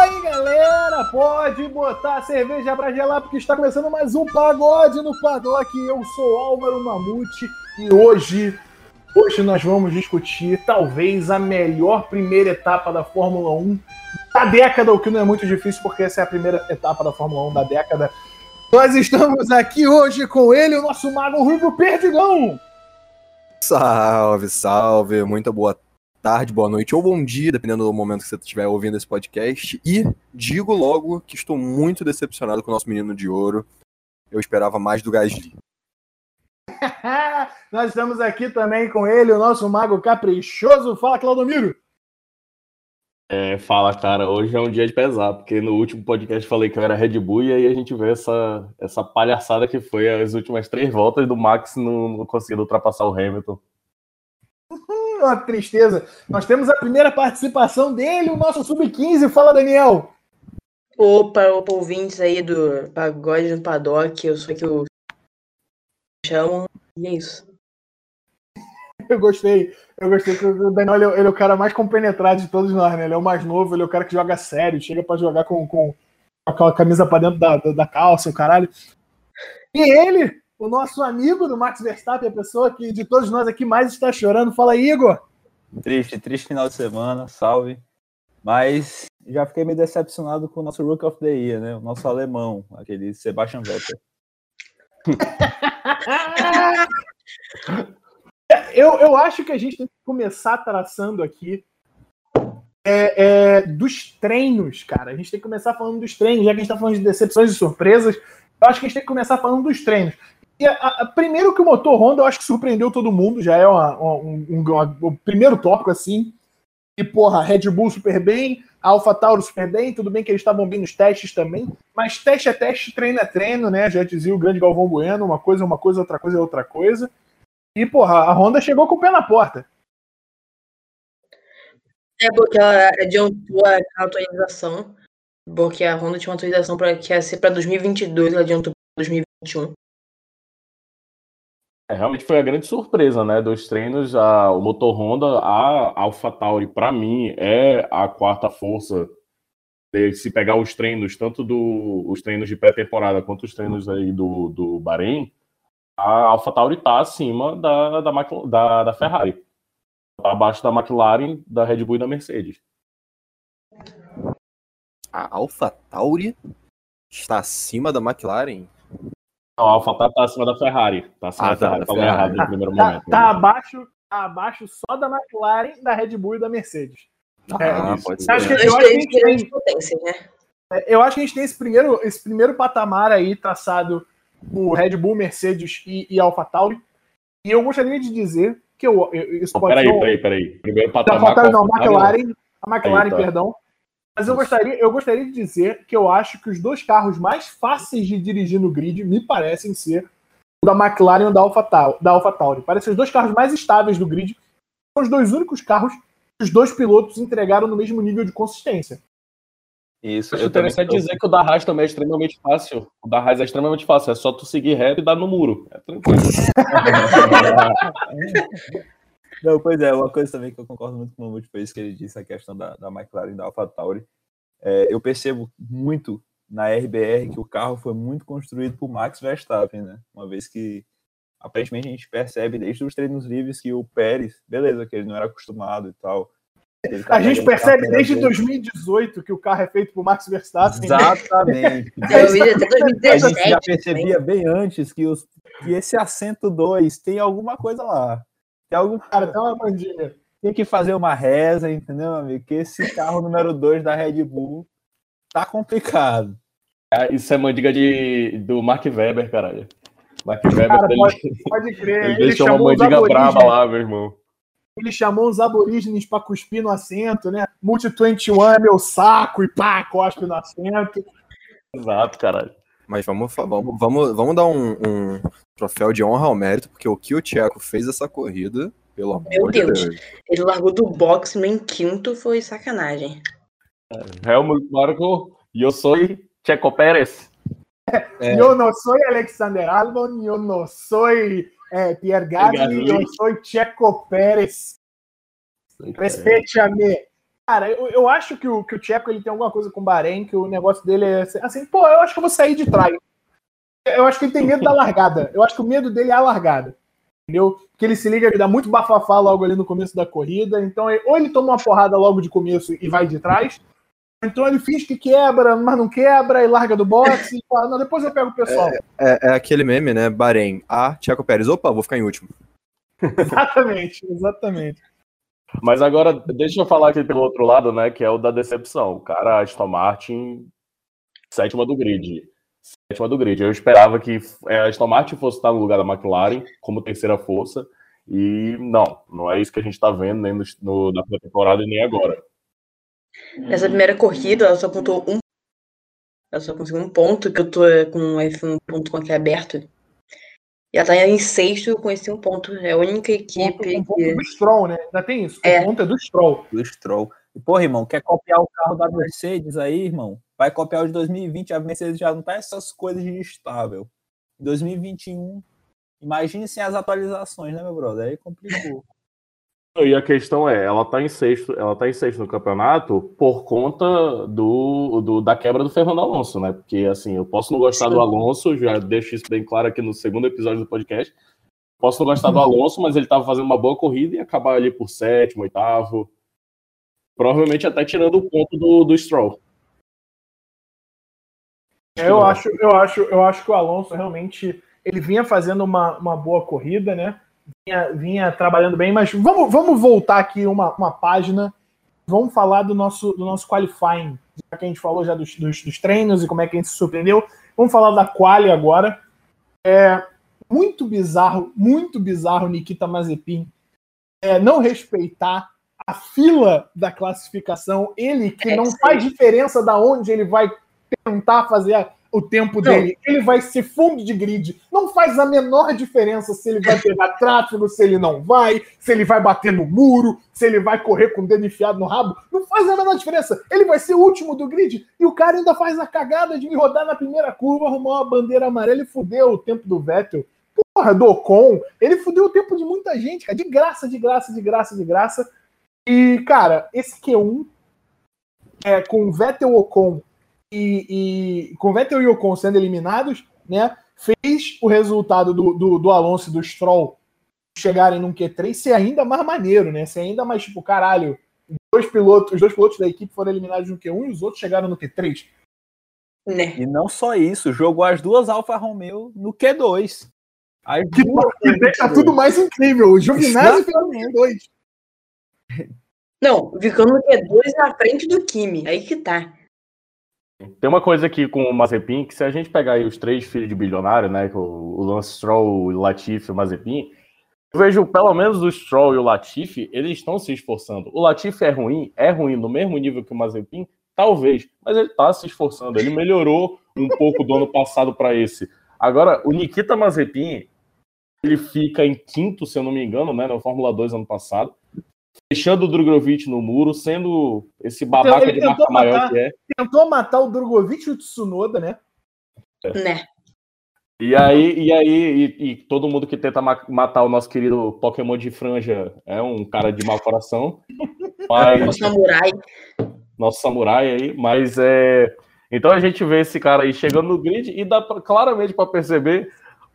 aí, galera, pode botar a cerveja pra gelar, porque está começando mais um Pagode no Paddock. Eu sou Álvaro Mamute e hoje nós vamos discutir talvez a melhor primeira etapa da Fórmula 1 da década, o que não é muito difícil, porque essa é a primeira etapa da Fórmula 1 da década. Nós estamos aqui hoje com ele, o nosso mago Ruivo Perdigão. Salve, salve, muito boa tarde, boa noite ou bom dia, dependendo do momento que você estiver ouvindo esse podcast. E digo logo que estou muito decepcionado com o nosso menino de ouro. Eu esperava mais do Gasly. Nós estamos aqui também com ele, o nosso mago caprichoso. Fala, Claudomiro. Fala, cara, hoje é um dia de pesar, porque no último podcast falei que eu era Red Bull e aí a gente vê essa palhaçada que foi as últimas 3 voltas do Max não conseguindo ultrapassar o Hamilton. Uma tristeza. Nós temos a primeira participação dele, o nosso Sub-15. Fala, Daniel. Opa, ouvintes aí do Pagode no Paddock, eu sou que o chamam, e é isso. Eu gostei que o Daniel ele é o cara mais compenetrado de todos nós, né? Ele é o mais novo, ele é o cara que joga sério, chega pra jogar com aquela camisa pra dentro da calça, o caralho. E ele, o nosso amigo do Max Verstappen, a pessoa que de todos nós aqui mais está chorando. Fala aí, Igor. Triste final de semana, salve. Mas já fiquei meio decepcionado com o nosso Rookie of the Year, né? O nosso alemão, aquele Sebastian Vettel. Eu acho que a gente tem que começar traçando aqui dos treinos, cara. A gente tem que começar falando dos treinos, já que a gente tá falando de decepções e surpresas. Eu acho que a gente tem que começar falando dos treinos. E primeiro que o motor Honda, eu acho que surpreendeu todo mundo, já é o primeiro tópico, assim. E, porra, Red Bull super bem, a AlphaTauri super bem, tudo bem que eles estavam bem nos testes também, mas teste é teste, treino é treino, né? Já dizia o grande Galvão Bueno, uma coisa é uma coisa, outra coisa é outra coisa. E, porra, a Honda chegou com o pé na porta. É porque ela adiantou a atualização, porque a Honda tinha uma atualização que ia ser para 2022, ela adiantou para 2021. Realmente foi a grande surpresa, né, dos treinos. O motor Honda, a AlphaTauri, para mim, é a quarta força. Se pegar os treinos, tanto os treinos de pré-temporada quanto os treinos aí do Bahrein, a AlphaTauri está acima da Ferrari. Está abaixo da McLaren, da Red Bull e da Mercedes. A AlphaTauri está acima da McLaren? Não, a AlphaTauri está acima da Ferrari. Está acima da Ferrari. Falei errado no primeiro momento. Tá abaixo só da McLaren, da Red Bull e da Mercedes. Pode ser. Eu acho que a gente tem esse primeiro patamar aí traçado por Red Bull, Mercedes e AlphaTauri. E eu gostaria de dizer que isso pode ser... Peraí. Primeiro patamar... A McLaren, perdão. Mas eu gostaria de dizer que eu acho que os dois carros mais fáceis de dirigir no grid me parecem ser o da McLaren e o da AlphaTauri. Parecem os dois carros mais estáveis do grid. São os dois únicos carros que os dois pilotos entregaram no mesmo nível de consistência. Isso. Acho interessante dizer que o da Haas também é extremamente fácil. O da Haas é extremamente fácil. É só tu seguir reto e dar no muro. É tranquilo. Não, pois é, uma coisa também que eu concordo muito com o Mamute foi isso que ele disse, a questão da McLaren e da AlphaTauri. Eu percebo muito na RBR que o carro foi muito construído por Max Verstappen, né? Uma vez que, aparentemente, a gente percebe desde os treinos livres que o Pérez, beleza, que ele não era acostumado e tal. A gente percebe desde 2018 que o carro é feito por Max Verstappen. Exatamente. A gente já percebia bem antes que esse assento 2 tem alguma coisa lá. Tem uma mandinha. Tem que fazer uma reza, entendeu, amigo? Que esse carro número 2 da Red Bull tá complicado. Isso é mandiga do Mark Webber, caralho. Mark Webber, cara, pode crer. Ele deixou uma mandiga braba lá, meu irmão. Ele chamou os aborígenes pra cuspir no assento, né? Multi-21 é meu saco e pá, cospe no assento. Exato, caralho. Mas vamos dar um troféu de honra ao mérito, porque o que o Tcheco fez essa corrida, pelo amor de Deus. Ele largou do boxe em quinto, foi sacanagem. Helmut Marko, eu sou Checo Pérez. Eu não sou Alexander Albon, eu não sou Pierre Gasly, eu sou Checo Pérez. Respeite-me. Cara, eu acho que o Checo ele tem alguma coisa com o Bahrein, que o negócio dele é assim, pô, eu acho que eu vou sair de trás. Eu acho que ele tem medo da largada. Eu acho que o medo dele é a largada. Entendeu? Porque ele se liga, ele dá muito bafafá logo ali no começo da corrida. Então, ou ele toma uma porrada logo de começo e vai de trás, então ele finge que quebra, mas não quebra, e larga do boxe e fala, não, depois eu pego o pessoal. É aquele meme, né? Bahrein, Checo Pérez, opa, vou ficar em último. Exatamente. Mas agora, deixa eu falar aqui pelo outro lado, né? Que é o da decepção. O cara, Aston Martin, sétima do grid. Eu esperava que a Aston Martin fosse estar no lugar da McLaren como terceira força. E não é isso que a gente está vendo nem na pré-temporada e nem agora. Nessa primeira corrida, ela só pontuou ela só conseguiu um ponto, que eu tô com um F1 aqui aberto. E ela tá em sexto com esse um ponto. É a única equipe Um ponto do Stroll, né? Ainda tem isso. O ponto é do Stroll. Do Stroll. E, porra, irmão, quer copiar o carro da Mercedes aí, irmão? Vai copiar o de 2020, a Mercedes já não tá essas coisas de estável. 2021, imagine sem as atualizações, né, meu brother? Aí complicou. E a questão é, ela tá em sexto no campeonato por conta da quebra do Fernando Alonso, né? Porque, assim, eu posso não gostar do Alonso, já deixo isso bem claro aqui no segundo episódio do podcast. Posso não gostar do Alonso, mas ele tava fazendo uma boa corrida e acabar ali por sétimo, oitavo. Provavelmente até tirando o ponto do Stroll. Eu acho que o Alonso realmente ele vinha fazendo uma boa corrida, né? Vinha trabalhando bem, mas vamos voltar aqui uma página. Vamos falar do nosso qualifying, já que a gente falou já dos treinos e como é que a gente se surpreendeu. Vamos falar da quali agora. É muito bizarro Nikita Mazepin não respeitar a fila da classificação. Ele que não faz diferença da onde ele vai tentar fazer o tempo dele, ele vai ser fundo de grid, não faz a menor diferença se ele vai pegar tráfego, se ele não vai, se ele vai bater no muro, se ele vai correr com o dedo enfiado no rabo, não faz a menor diferença, ele vai ser o último do grid, e o cara ainda faz a cagada de rodar na primeira curva, arrumar uma bandeira amarela e fudeu o tempo do Vettel. Porra, do Ocon, ele fudeu o tempo de muita gente, cara, de graça, e cara, esse Q1 com Vettel, Ocon e com Vettel e Ocon sendo eliminados, né, fez o resultado do Alonso e do Stroll chegarem num Q3 ser ainda mais maneiro, né? Ser ainda mais tipo, caralho, os dois pilotos da equipe foram eliminados no Q1 e os outros chegaram no Q3. Né? E não só isso, jogou as duas Alfa Romeo no Q2. Que deixa tudo mais incrível. O Giovinazzi ficou no Q2. Não, ficando no Q2 na frente do Kimi. Aí que tá. Tem uma coisa aqui com o Mazepin, que se a gente pegar aí os três filhos de bilionário, né, o Lance Stroll, o Latifi e o Mazepin, eu vejo pelo menos o Stroll e o Latifi, eles estão se esforçando. O Latifi é ruim no mesmo nível que o Mazepin, talvez, mas ele tá se esforçando, ele melhorou um pouco do ano passado para esse. Agora, o Nikita Mazepin, ele fica em quinto, se eu não me engano, né, na Fórmula 2 ano passado, fechando o Drogovic no muro, sendo esse babaca de marca maior que é. Tentou matar o Drogovic e o Tsunoda, né? Né? E aí, todo mundo que tenta matar o nosso querido Pokémon de franja é um cara de mau coração. Mas... Nosso samurai aí. Mas então a gente vê esse cara aí chegando no grid e dá claramente para perceber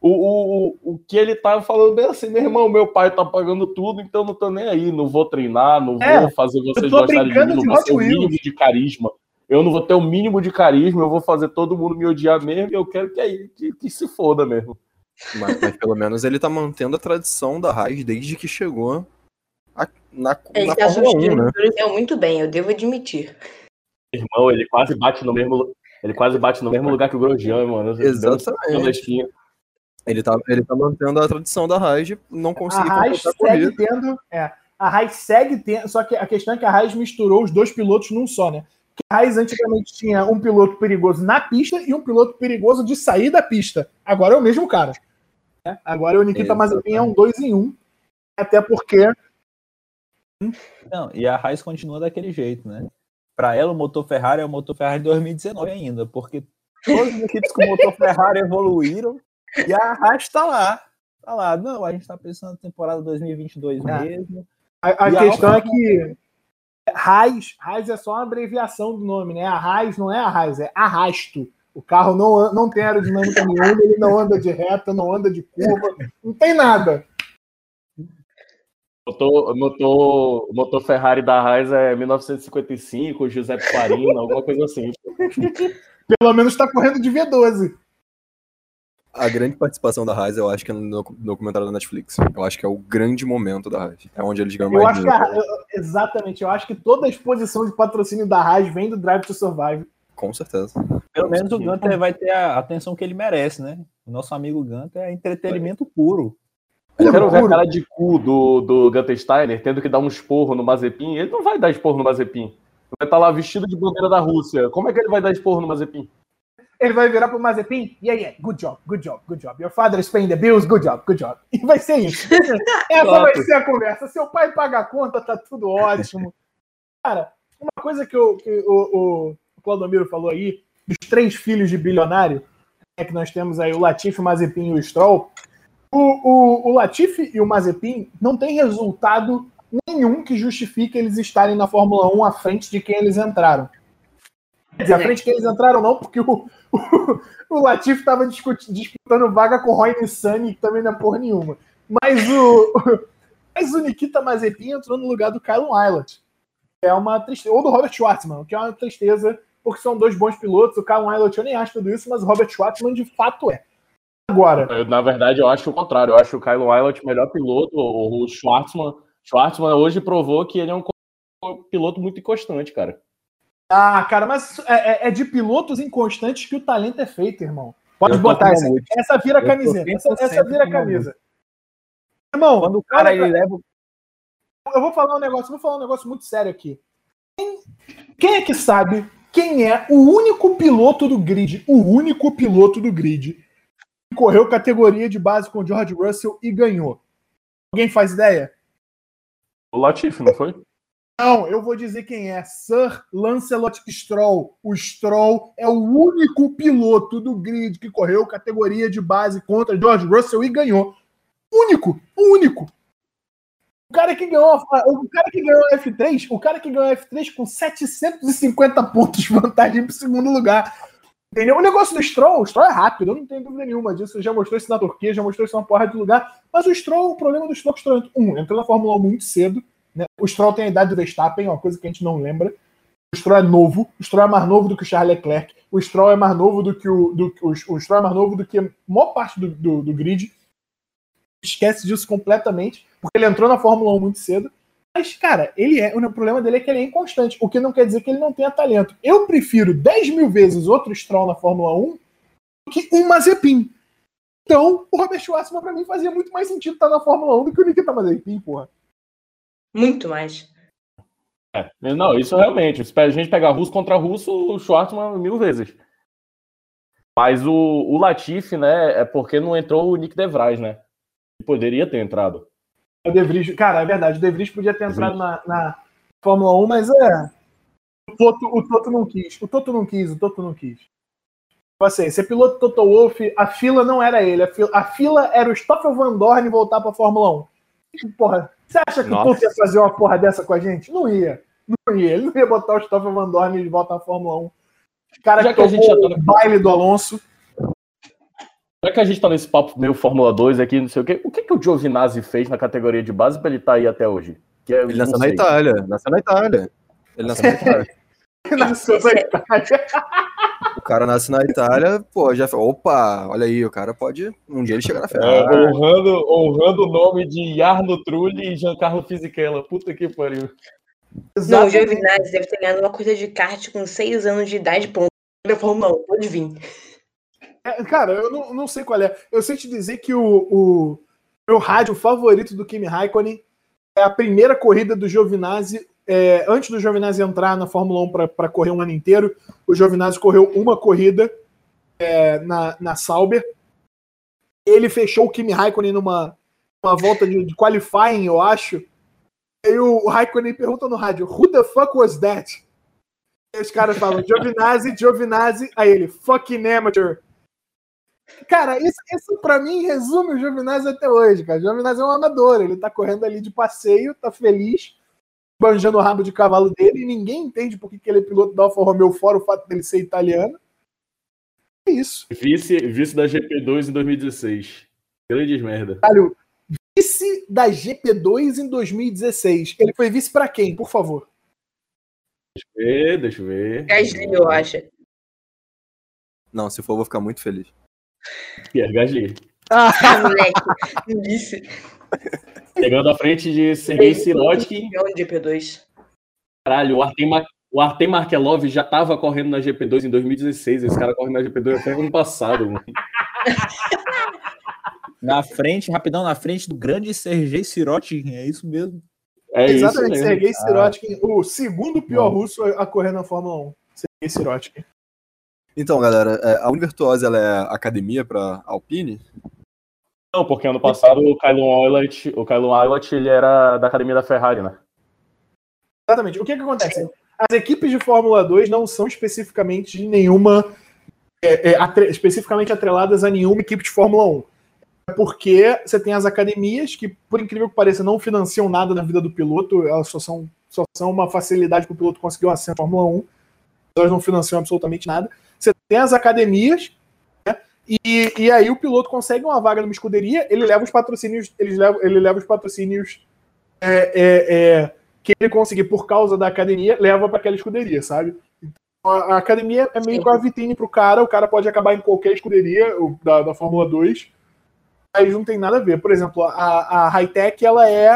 o que ele tá falando bem assim, meu irmão, meu pai tá pagando tudo, então não tô nem aí, não vou treinar, não vou fazer vocês gostarem de mim, não vou ter o mínimo de carisma. Eu não vou ter o mínimo de carisma, eu vou fazer todo mundo me odiar mesmo, e eu quero que se foda mesmo. Mas pelo menos ele tá mantendo a tradição da Haas desde que chegou na Fórmula 1, né? Ele muito bem, eu devo admitir. Irmão, ele quase bate no mesmo lugar que o Grosjean, mano. Exatamente. Ele tá mantendo a tradição da Haas de não conseguir completar a corrida. A Haas segue tendo, só que a questão é que a Haas misturou os dois pilotos num só, né? Porque a Haas antigamente tinha um piloto perigoso na pista e um piloto perigoso de sair da pista. Agora é o mesmo cara. Né? Agora o Nikita Mazepin é um 2 em 1. Até porque... Não, e a Haas continua daquele jeito, né? Para ela, o motor Ferrari é o motor Ferrari de 2019 ainda, porque todas as equipes com o motor Ferrari evoluíram e a Haas tá lá. Não, a gente tá pensando na temporada 2022 mesmo. A questão é que Haas é só uma abreviação do nome, né? A Haas não é a Haas, é arrasto. O carro não tem aerodinâmica nenhuma, ele não anda de reta, não anda de curva, não tem nada. O motor Ferrari da Haas é 1955, Giuseppe Farina, alguma coisa assim. Pelo menos está correndo de V12. A grande participação da Haas, eu acho que é no documentário da Netflix. Eu acho que é o grande momento da Haas. É onde eles ganham mais dinheiro. Exatamente. Eu acho que toda a exposição de patrocínio da Haas vem do Drive to Survive. Com certeza. Pelo menos o Gunter vai ter a atenção que ele merece, né? O nosso amigo Gunter é entretenimento puro. Eu quero ver a cara de cu do Gunter Steiner tendo que dar um esporro no Mazepin. Ele não vai dar esporro no Mazepin. Ele vai estar lá vestido de bandeira da Rússia. Como é que ele vai dar esporro no Mazepin? Ele vai virar pro Mazepin, yeah, good job. Your father is paying the bills, good job. E vai ser isso. Essa vai ser a conversa. Seu pai paga a conta, tá tudo ótimo. Cara, uma coisa que o Claudomiro falou aí, dos 3 filhos de bilionário, é que nós temos aí o Latifi, o Mazepin e o Stroll. O Latifi e o Mazepin não tem resultado nenhum que justifique eles estarem na Fórmula 1 à frente de quem eles entraram. Quer dizer, à frente de quem eles entraram não, porque o Latifi estava disputando vaga com o Roy Nissany, que também não é porra nenhuma. Mas o Nikita Mazepin entrou no lugar do Kyle Eilert. É uma tristeza. Ou do Robert Schwartzman, que é uma tristeza, porque são 2 bons pilotos. O Kyle Eilert eu nem acho tudo isso, mas o Robert Schwartzman de fato é. Agora. Na verdade, eu acho o contrário. Eu acho o Kyle Eilert o melhor piloto. O Schwartzman hoje provou que ele é um piloto muito inconstante, cara. Ah, cara, mas é de pilotos inconstantes que o talento é feito, irmão. Pode botar essa vira a camiseta. Essa vira a camisa. Irmão, quando o cara ele leva. Eu vou falar um negócio muito sério aqui. Quem é que sabe quem é o único piloto do grid? O único piloto do grid que correu categoria de base com o George Russell e ganhou. Alguém faz ideia? O Latifi, não foi? Não, eu vou dizer quem é. Sir Lancelot Stroll. O Stroll é o único piloto do grid que correu categoria de base contra George Russell e ganhou. O único. O cara que ganhou a F3 com 750 pontos de vantagem para o segundo lugar. Entendeu? O negócio do Stroll, o Stroll é rápido, eu não tenho dúvida nenhuma disso. Já mostrou isso na Turquia, já mostrou isso na porra de lugar. Mas o Stroll, o problema do Stroll é que o Stroll entrou na Fórmula 1 muito cedo. Né? O Stroll tem a idade do Verstappen, uma coisa que a gente não lembra. O Stroll é novo, o Stroll é mais novo do que o Charles Leclerc, o Stroll é mais novo do que o Stroll é mais novo do que a maior parte do grid. Esquece disso completamente, porque ele entrou na Fórmula 1 muito cedo. Mas, cara, o problema dele é que ele é inconstante, o que não quer dizer que ele não tenha talento. Eu prefiro 10 mil vezes outro Stroll na Fórmula 1 do que um Mazepin. Então, o Robert Schwartzman, pra mim, fazia muito mais sentido estar na Fórmula 1 do que o Nikita Mazepin, porra. Muito mais. Não, isso realmente. Se a gente pegar russo contra russo, o Schwartzman 1000 vezes. Mas o Latifi, né, é porque não entrou o Nick De Vries, né? Poderia ter entrado. O De Vries, cara, é verdade. O De Vries podia ter entrado na Fórmula 1, mas o Toto não quis. O Toto não quis. Tipo assim, ser piloto Toto Wolff, a fila não era ele. A fila era o Stoffel Van Dorn voltar pra Fórmula 1. Porra, você acha que o Toto ia fazer uma porra dessa com a gente? Não ia. Ele não ia botar o Stoffel Van Dorn de volta na Fórmula 1. Cara, já que a gente já tá no baile do Alonso. Já que a gente tá nesse papo meio Fórmula 2 aqui, não sei o que o Giovinazzi fez na categoria de base pra ele estar aí até hoje? Ele nasceu na Itália. Ele nasceu na Itália. O cara nasce na Itália, pô, já... Opa, olha aí, o cara pode... Um dia ele chegar na Ferrari. Honrando o nome de Jarno Trulli e Giancarlo Fisichella. Puta que pariu. Não, o Giovinazzi deve ter ganhado uma coisa de kart com 6 anos de idade, ponto. Da Fórmula 1, pode vir. Cara, eu não sei qual é. Eu sei te dizer que o meu rádio favorito do Kimi Raikkonen é a primeira corrida do Giovinazzi. Antes do Giovinazzi entrar na Fórmula 1 para correr um ano inteiro, o Giovinazzi correu uma corrida na Sauber. Ele fechou o Kimi Raikkonen numa volta de qualifying, eu acho. Aí o Raikkonen pergunta no rádio: Who the fuck was that? E os caras falam Giovinazzi. Aí ele, fucking amateur. Cara, isso pra mim resume o Giovinazzi até hoje, cara. O Giovinazzi é um amador, ele tá correndo ali de passeio, tá feliz, banjando o rabo de cavalo dele e ninguém entende por que ele é piloto da Alfa Romeo, fora o fato dele ser italiano. É isso. Vice da GP2 em 2016. Grandes merda. Caralho, vice da GP2 em 2016. Ele foi vice pra quem, por favor? Deixa eu ver. Gasly, eu acho. Não, se for, eu vou ficar muito feliz. Pierre Gasly. Moleque, vice. Chegando à frente de Sergei Sirotkin. De GP2. Caralho, o Artem Markelov já tava correndo na GP2 em 2016. Esse cara corre na GP2 até ano passado, mano. Na frente, rapidão, na frente do grande Sergei Sirotkin, é isso mesmo. É Exatamente, isso mesmo. Sergei Sirotkin, o segundo pior russo a correr na Fórmula 1. Sergei Sirotkin. Então, galera, a Univirtuose, ela é academia pra Alpine? Não, porque ano passado o Kylon Eilert, ele era da academia da Ferrari, né? Exatamente. O que acontece? As equipes de Fórmula 2 não são especificamente de nenhuma... especificamente atreladas a nenhuma equipe de Fórmula 1. É porque você tem as academias que, por incrível que pareça, não financiam nada na vida do piloto, elas só são uma facilidade para o piloto conseguir um assento na Fórmula 1. Elas não financiam absolutamente nada. Você tem as academias, né? E aí o piloto consegue uma vaga numa escuderia, ele leva os patrocínios, ele leva os patrocínios que ele conseguir por causa da academia, leva para aquela escuderia, sabe? Então, a academia é meio que uma vitrine pro cara, o cara pode acabar em qualquer escuderia da Fórmula 2, mas não tem nada a ver. Por exemplo, a Hightech,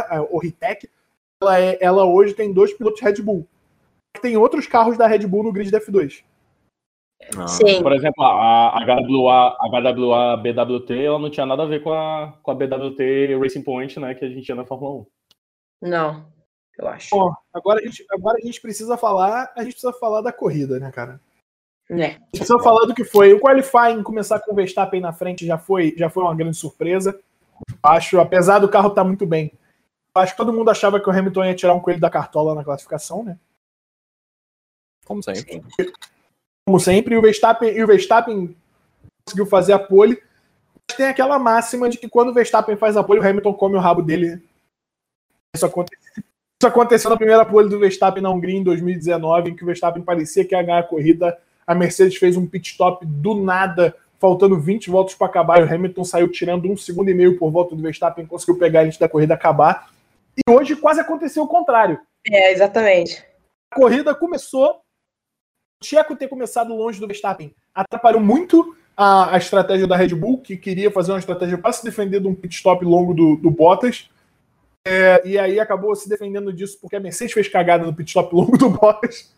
ela hoje tem 2 pilotos Red Bull. Tem outros carros da Red Bull no grid da F2. Sim. Por exemplo, a HWA BWT, ela não tinha nada a ver com a BWT Racing Point, né, que a gente tinha na Fórmula 1. Não, eu acho. Bom, agora a gente precisa falar da corrida, né, cara? Né. A gente precisa falar do que foi. O qualifying começar com o Verstappen na frente já foi uma grande surpresa. Acho, apesar do carro estar muito bem, acho que todo mundo achava que o Hamilton ia tirar um coelho da cartola na classificação, né? Como sempre. Como sempre, e o Verstappen conseguiu fazer a pole. Mas tem aquela máxima de que quando o Verstappen faz a pole, o Hamilton come o rabo dele. Isso aconteceu na primeira pole do Verstappen na Hungria em 2019, em que o Verstappen parecia que ia ganhar a corrida. A Mercedes fez um pit stop do nada, faltando 20 voltas para acabar. E o Hamilton saiu tirando 1,5 segundos por volta do Verstappen, conseguiu pegar antes da corrida acabar. E hoje quase aconteceu o contrário. Exatamente. A corrida começou... O Checo ter começado longe do Verstappen atrapalhou muito a estratégia da Red Bull, que queria fazer uma estratégia para se defender de um pit stop longo do Bottas. E aí acabou se defendendo disso porque a Mercedes fez cagada no pit stop longo do Bottas.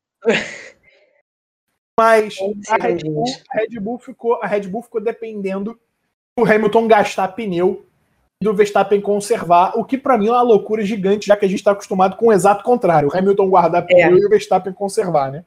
Mas a Red Bull ficou dependendo do Hamilton gastar pneu e do Verstappen conservar, o que para mim é uma loucura gigante, já que a gente está acostumado com o exato contrário. O Hamilton guardar pneu e o Verstappen conservar, né?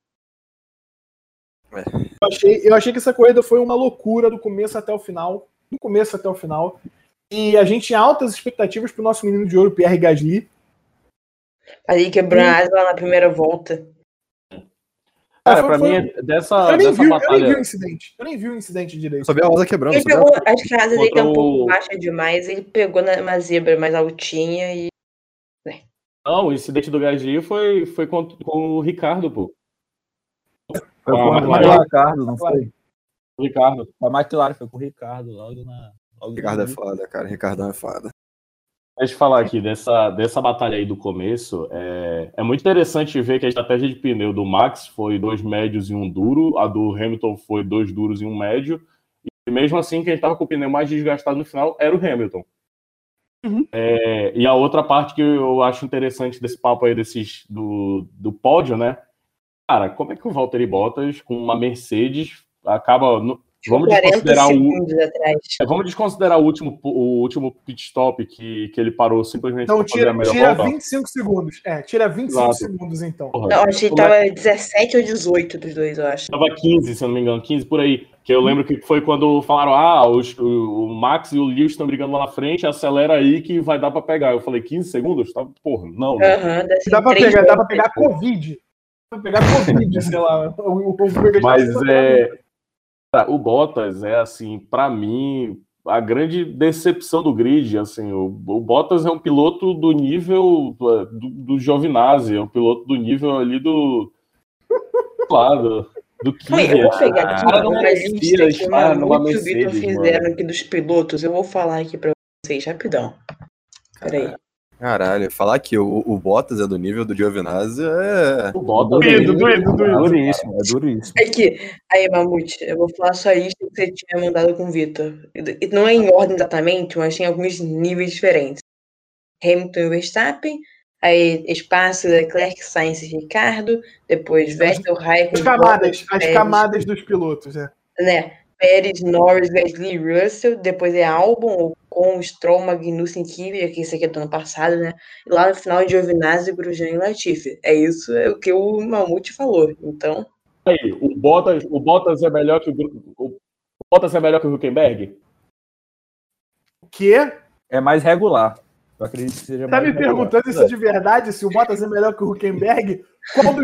Eu achei que essa corrida foi uma loucura do começo até o final. E a gente tinha altas expectativas pro nosso menino de ouro, Pierre Gasly. Ali quebrou a asa lá na primeira volta. Cara, pra mim, dessa batalha... Eu nem vi o incidente direito. Só vi a asa quebrando. Ele pegou, acho que a asa dele tá um pouco baixa demais. Ele pegou numa zebra mais altinha e... Não, o incidente do Gasly foi com o Ricardo, pô. Foi com o Ricardo, não foi? O Ricardo. A McLaren foi com o Ricardo logo na... Ricardo é foda, cara. Ricardão é foda. Deixa eu falar aqui dessa batalha aí do começo. É muito interessante ver que a estratégia de pneu do Max foi 2 médios e 1 duro, a do Hamilton foi 2 duros e 1 médio, e mesmo assim quem estava com o pneu mais desgastado no final era o Hamilton. Uhum. E a outra parte que eu acho interessante desse papo aí do pódio, né? Cara, como é que o Valtteri Bottas com uma Mercedes acaba... Vamos desconsiderar o último pit stop que ele parou simplesmente então, para fazer a melhor volta. 25 segundos. Tira 25 segundos, então. Porra, não, acho que tava 17 ou 18 dos dois, eu acho. Tava 15, se eu não me engano, 15 por aí. Que eu lembro que foi quando falaram, o Max e o Lewis estão brigando lá na frente, acelera aí que vai dar para pegar. Eu falei, 15 segundos? Porra, não. Dá para pegar Covid. Dá pra pegar Covid, sei lá. Mas o Bottas é assim, para mim, a grande decepção do grid, assim, o Bottas é um piloto do nível do Giovinazzi, é um piloto do nível ali do Kvyat. Eu vou pegar aqui Cara, não uma merecia lista que o estar numa Mamute e o Vitor Mercedes, fizeram mano. aqui dos pilotos. Eu vou falar aqui pra vocês, rapidão. Peraí. Caralho, falar que o Bottas é do nível do Giovinazzi é... O Bottas Doído. É duríssimo, é duríssimo. Aqui, aí, Mamute, eu vou falar só isso que você tinha mandado com o Vitor. E não é em ordem exatamente, mas tem alguns níveis diferentes. Hamilton e Verstappen, aí espaço, Leclerc, Sainz e Ricardo, depois Vettel, Raikkonen, As camadas dos pilotos, né? Pérez, Norris, Gasly, Russell, depois é Albon, Ocon, Stroll, Magnussen, Kvyat, que isso aqui é do ano passado, né? E lá no final, Giovinazzi, Grosjean e Latifi. É isso, é o que o Mamute falou. Então, Aí, o Bottas é melhor que o Bottas é melhor que o Hülkenberg? O quê? É mais regular. Eu acredito que seja Tá mais me regular. perguntando isso de verdade, se o Bottas é melhor que o Hülkenberg? Qual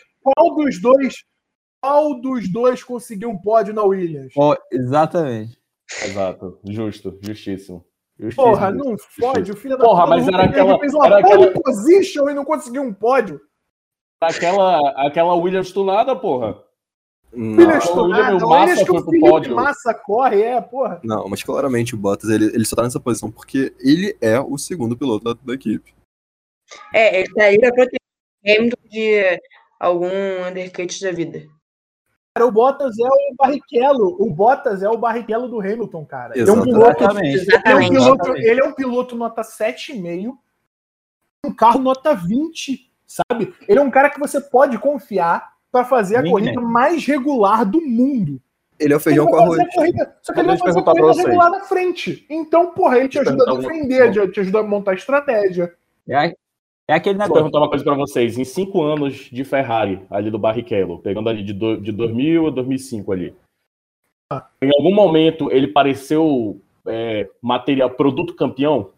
dos dois conseguiu um pódio na Williams? Exatamente. Exato, justíssimo. Porra, não fode, o filho da Porra, puta do mas era Hülkenberg fez uma pole position e não conseguiu um pódio. Aquela Williams tunada, porra. Williams O tunada, Massa Williams que foi o pro Felipe pódio. Massa corre, porra. Não, mas claramente o Bottas, ele só tá nessa posição porque ele é o segundo piloto da equipe. ele tá aí pra proteger o Hamilton de algum undercut da vida. Cara, o Bottas é o Barrichello. O Bottas é o Barrichello do Hamilton, cara. Exatamente. Ele é um piloto nota 7,5, um carro nota 20, sabe? Ele é um cara que você pode confiar para fazer a corrida mais regular do mundo. Ele é o feijão com arroz. Só que ele vai fazer a corrida regular na frente. Então, porra, ele te ajuda a defender, te ajuda a montar estratégia. É aquele negócio. Vou perguntar uma coisa pra vocês. Em 5 anos de Ferrari, ali do Barrichello, pegando ali de 2000 a 2005 ali, em algum momento ele pareceu produto campeão?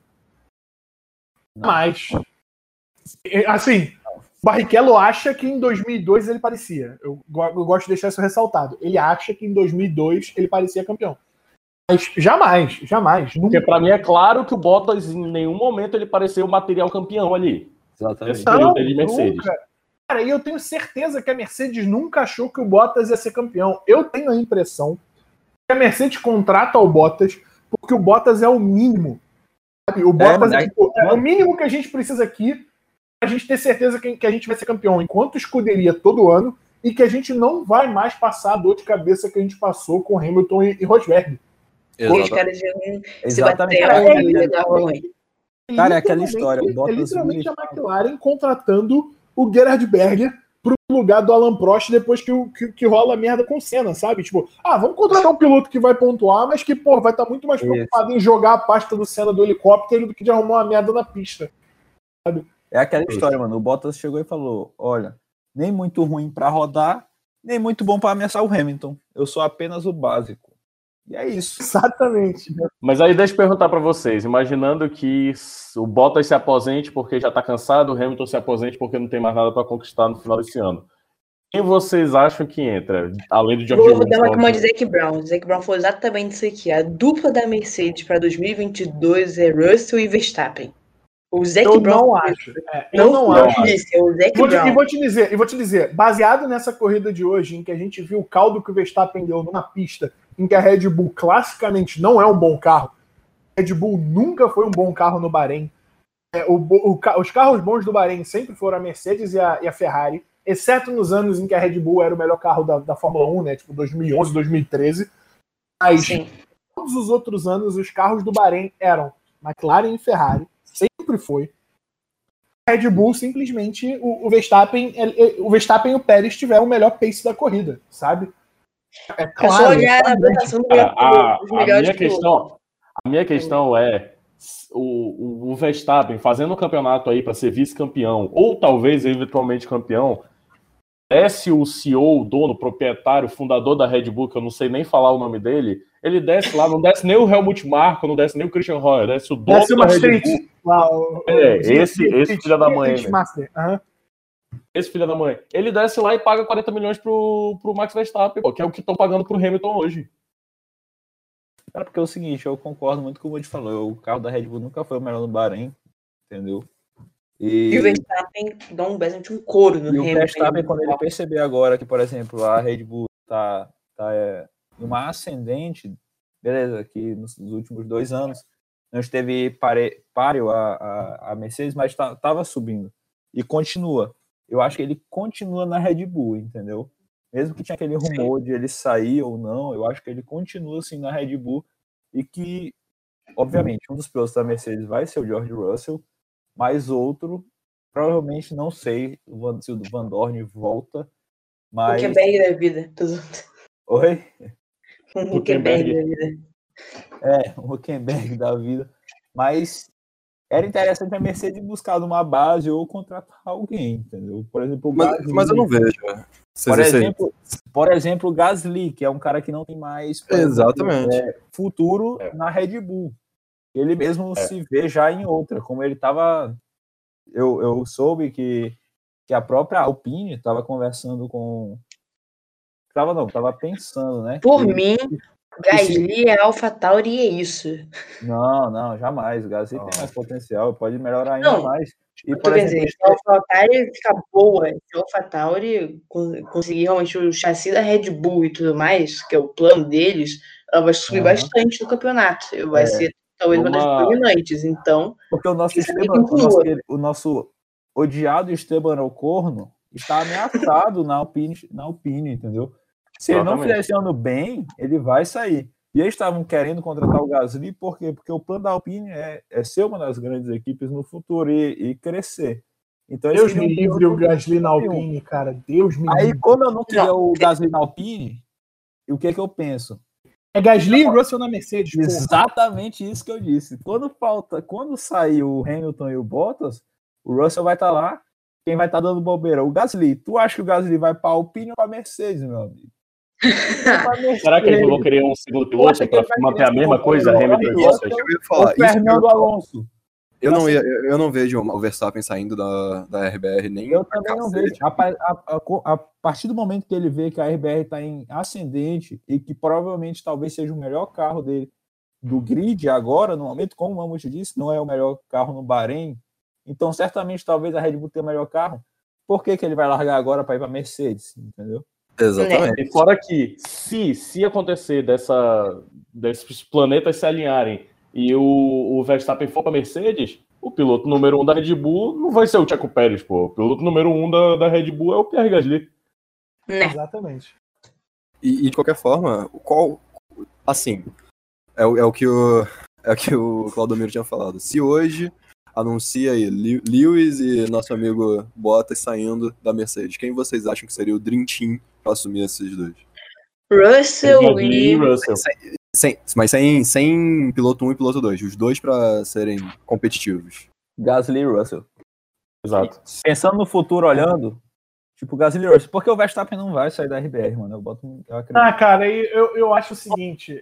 Mas, assim, o Barrichello acha que em 2002 ele parecia. Eu gosto de deixar isso ressaltado. Ele acha que em 2002 ele parecia campeão. Mas jamais. Nunca. Porque pra mim é claro que o Bottas em nenhum momento ele pareceu o material campeão ali. Exatamente. Esse período de Mercedes. Nunca. Cara, e eu tenho certeza que a Mercedes nunca achou que o Bottas ia ser campeão. Eu tenho a impressão que a Mercedes contrata o Bottas porque o Bottas é o mínimo. Sabe? O Bottas é o mínimo que a gente precisa aqui pra gente ter certeza que a gente vai ser campeão enquanto escuderia todo ano e que a gente não vai mais passar a dor de cabeça que a gente passou com Hamilton e Rosberg. Os caras iam se bater na rua. Cara, é aquela história. É literalmente a McLaren contratando o Gerhard Berger pro lugar do Alan Prost depois que rola merda com o Senna, sabe? Tipo, vamos contratar um piloto que vai pontuar, mas que, pô, vai estar muito mais preocupado em jogar a pasta do Senna do helicóptero do que de arrumar uma merda na pista, sabe? É aquela história, mano. O Bottas chegou e falou: olha, nem muito ruim pra rodar, nem muito bom pra ameaçar o Hamilton. Eu sou apenas o básico. E é isso. Exatamente. Mas aí deixa eu perguntar pra vocês, imaginando que o Bottas se aposente porque já tá cansado, o Hamilton se aposente porque não tem mais nada pra conquistar no final desse ano. Quem vocês acham que entra, além do George Russell? Vou dar uma de Zac Brown. Zac Brown falou exatamente isso aqui. A dupla da Mercedes para 2022 é Russell e Verstappen. O Zac Brown não acho. Eu não acho. É o Zac Brown. E vou te dizer, baseado nessa corrida de hoje, em que a gente viu o caldo que o Verstappen deu numa pista em que a Red Bull classicamente não é um bom carro, a Red Bull nunca foi um bom carro no Bahrein. Os carros bons do Bahrein sempre foram a Mercedes e a Ferrari, exceto nos anos em que a Red Bull era o melhor carro da Fórmula 1, né? Tipo 2011, 2013. Mas todos os outros anos, os carros do Bahrein eram McLaren e Ferrari. Sempre foi. A Red Bull simplesmente o Verstappen e o Pérez tiveram o melhor pace da corrida, sabe? É claro. Só olhar a votação dos melhores a minha questão é o Verstappen fazendo um campeonato aí para ser vice-campeão ou talvez eventualmente campeão. Desce o CEO, o dono, proprietário, fundador da Red Bull, que eu não sei nem falar o nome dele, ele desce lá, não desce nem o Helmut Marko, não desce nem o Christian Horner, desce o dono da Red Bull. Esse filho da mãe. Esse filho da mãe. Ele desce lá e paga 40 milhões pro Max Verstappen, pô, que é o que estão pagando pro Hamilton hoje. Cara, porque é o seguinte, eu concordo muito com o que o Wood falou. O carro da Red Bull nunca foi o melhor no Bahrein, entendeu? E o Verstappen dá um couro no E o Hamilton. Verstappen, quando ele perceber agora que, por exemplo, a Red Bull tá em uma ascendente, beleza, que nos últimos 2 anos não esteve páreo a Mercedes, mas estava subindo. E continua. Eu acho que ele continua na Red Bull, entendeu? Mesmo que tinha aquele rumor de ele sair ou não, eu acho que ele continua assim na Red Bull e que, obviamente, um dos pilotos da Mercedes vai ser o George Russell, mas outro, provavelmente, não sei se o Van Dorn volta, mas... O Huckenberg da vida. Oi? O Huckenberg da vida. O Huckenberg da vida. Mas era interessante a Mercedes buscar numa base ou contratar alguém, entendeu? Por exemplo, o Gasly, mas eu não vejo. Por exemplo, o Gasly, que é um cara que não tem mais exatamente futuro na Red Bull. Ele mesmo se vê já em outra, como ele estava... Eu soube que a própria Alpine estava conversando com... Tava pensando, né? Por mim, Gasly é AlphaTauri e é isso. Não, jamais. O Gasly tem mais potencial, pode melhorar ainda mais. E, por exemplo, se a AlphaTauri ficar boa, se a AlphaTauri conseguir realmente o chassi da Red Bull e tudo mais, que é o plano deles, ela vai subir bastante no campeonato. Vai ser talvez uma das dominantes. Então, porque o nosso odiado Esteban Ocon está ameaçado na Alpine, entendeu? Se ele não fizer esse ano bem, ele vai sair. E eles estavam querendo contratar o Gasly, por quê? Porque o plano da Alpine é ser uma das grandes equipes no futuro e crescer. Então, Deus me livre o Gasly na Alpine, cara. Deus me livre. Aí, como eu não queria o Gasly na Alpine, o que eu penso? É Gasly e Russell na Mercedes. Exatamente isso que eu disse. Quando sair o Hamilton e o Bottas, o Russell vai estar lá. Quem vai estar dando bobeira? O Gasly. Tu acha que o Gasly vai para a Alpine ou para a Mercedes, meu amigo? Será que eles não vão querer um segundo piloto para manter a mesma coisa, Hamilton e Bottas? O Fernando Alonso. Eu não vejo o Verstappen saindo da RBR nem. Eu também não vejo. A partir do momento que ele vê que a RBR está em ascendente e que provavelmente talvez seja o melhor carro dele do grid agora, no momento, como o Mamute disse, não é o melhor carro no Bahrein, então certamente talvez a Red Bull tenha o melhor carro. Por que ele vai largar agora para ir para a Mercedes? Entendeu? Exatamente. E fora que, se acontecer desses planetas se alinharem e o Verstappen for para Mercedes, o piloto número 1 da Red Bull não vai ser o Checo Pérez, pô. O piloto número 1 da Red Bull é o Pierre Gasly. Exatamente. E de qualquer forma, assim, é o que o Claudomiro tinha falado. Se hoje anuncia aí Lewis e nosso amigo Bottas saindo da Mercedes, quem vocês acham que seria o Dream Team para assumir esses dois? Russell e Russell. Mas sem piloto 1 e piloto 2, os dois para serem competitivos. Gasly e Russell. Exato. Pensando no futuro, olhando, tipo Gasly e Russell, porque o Verstappen não vai sair da RBR, mano. Eu acredito. Cara, eu acho o seguinte,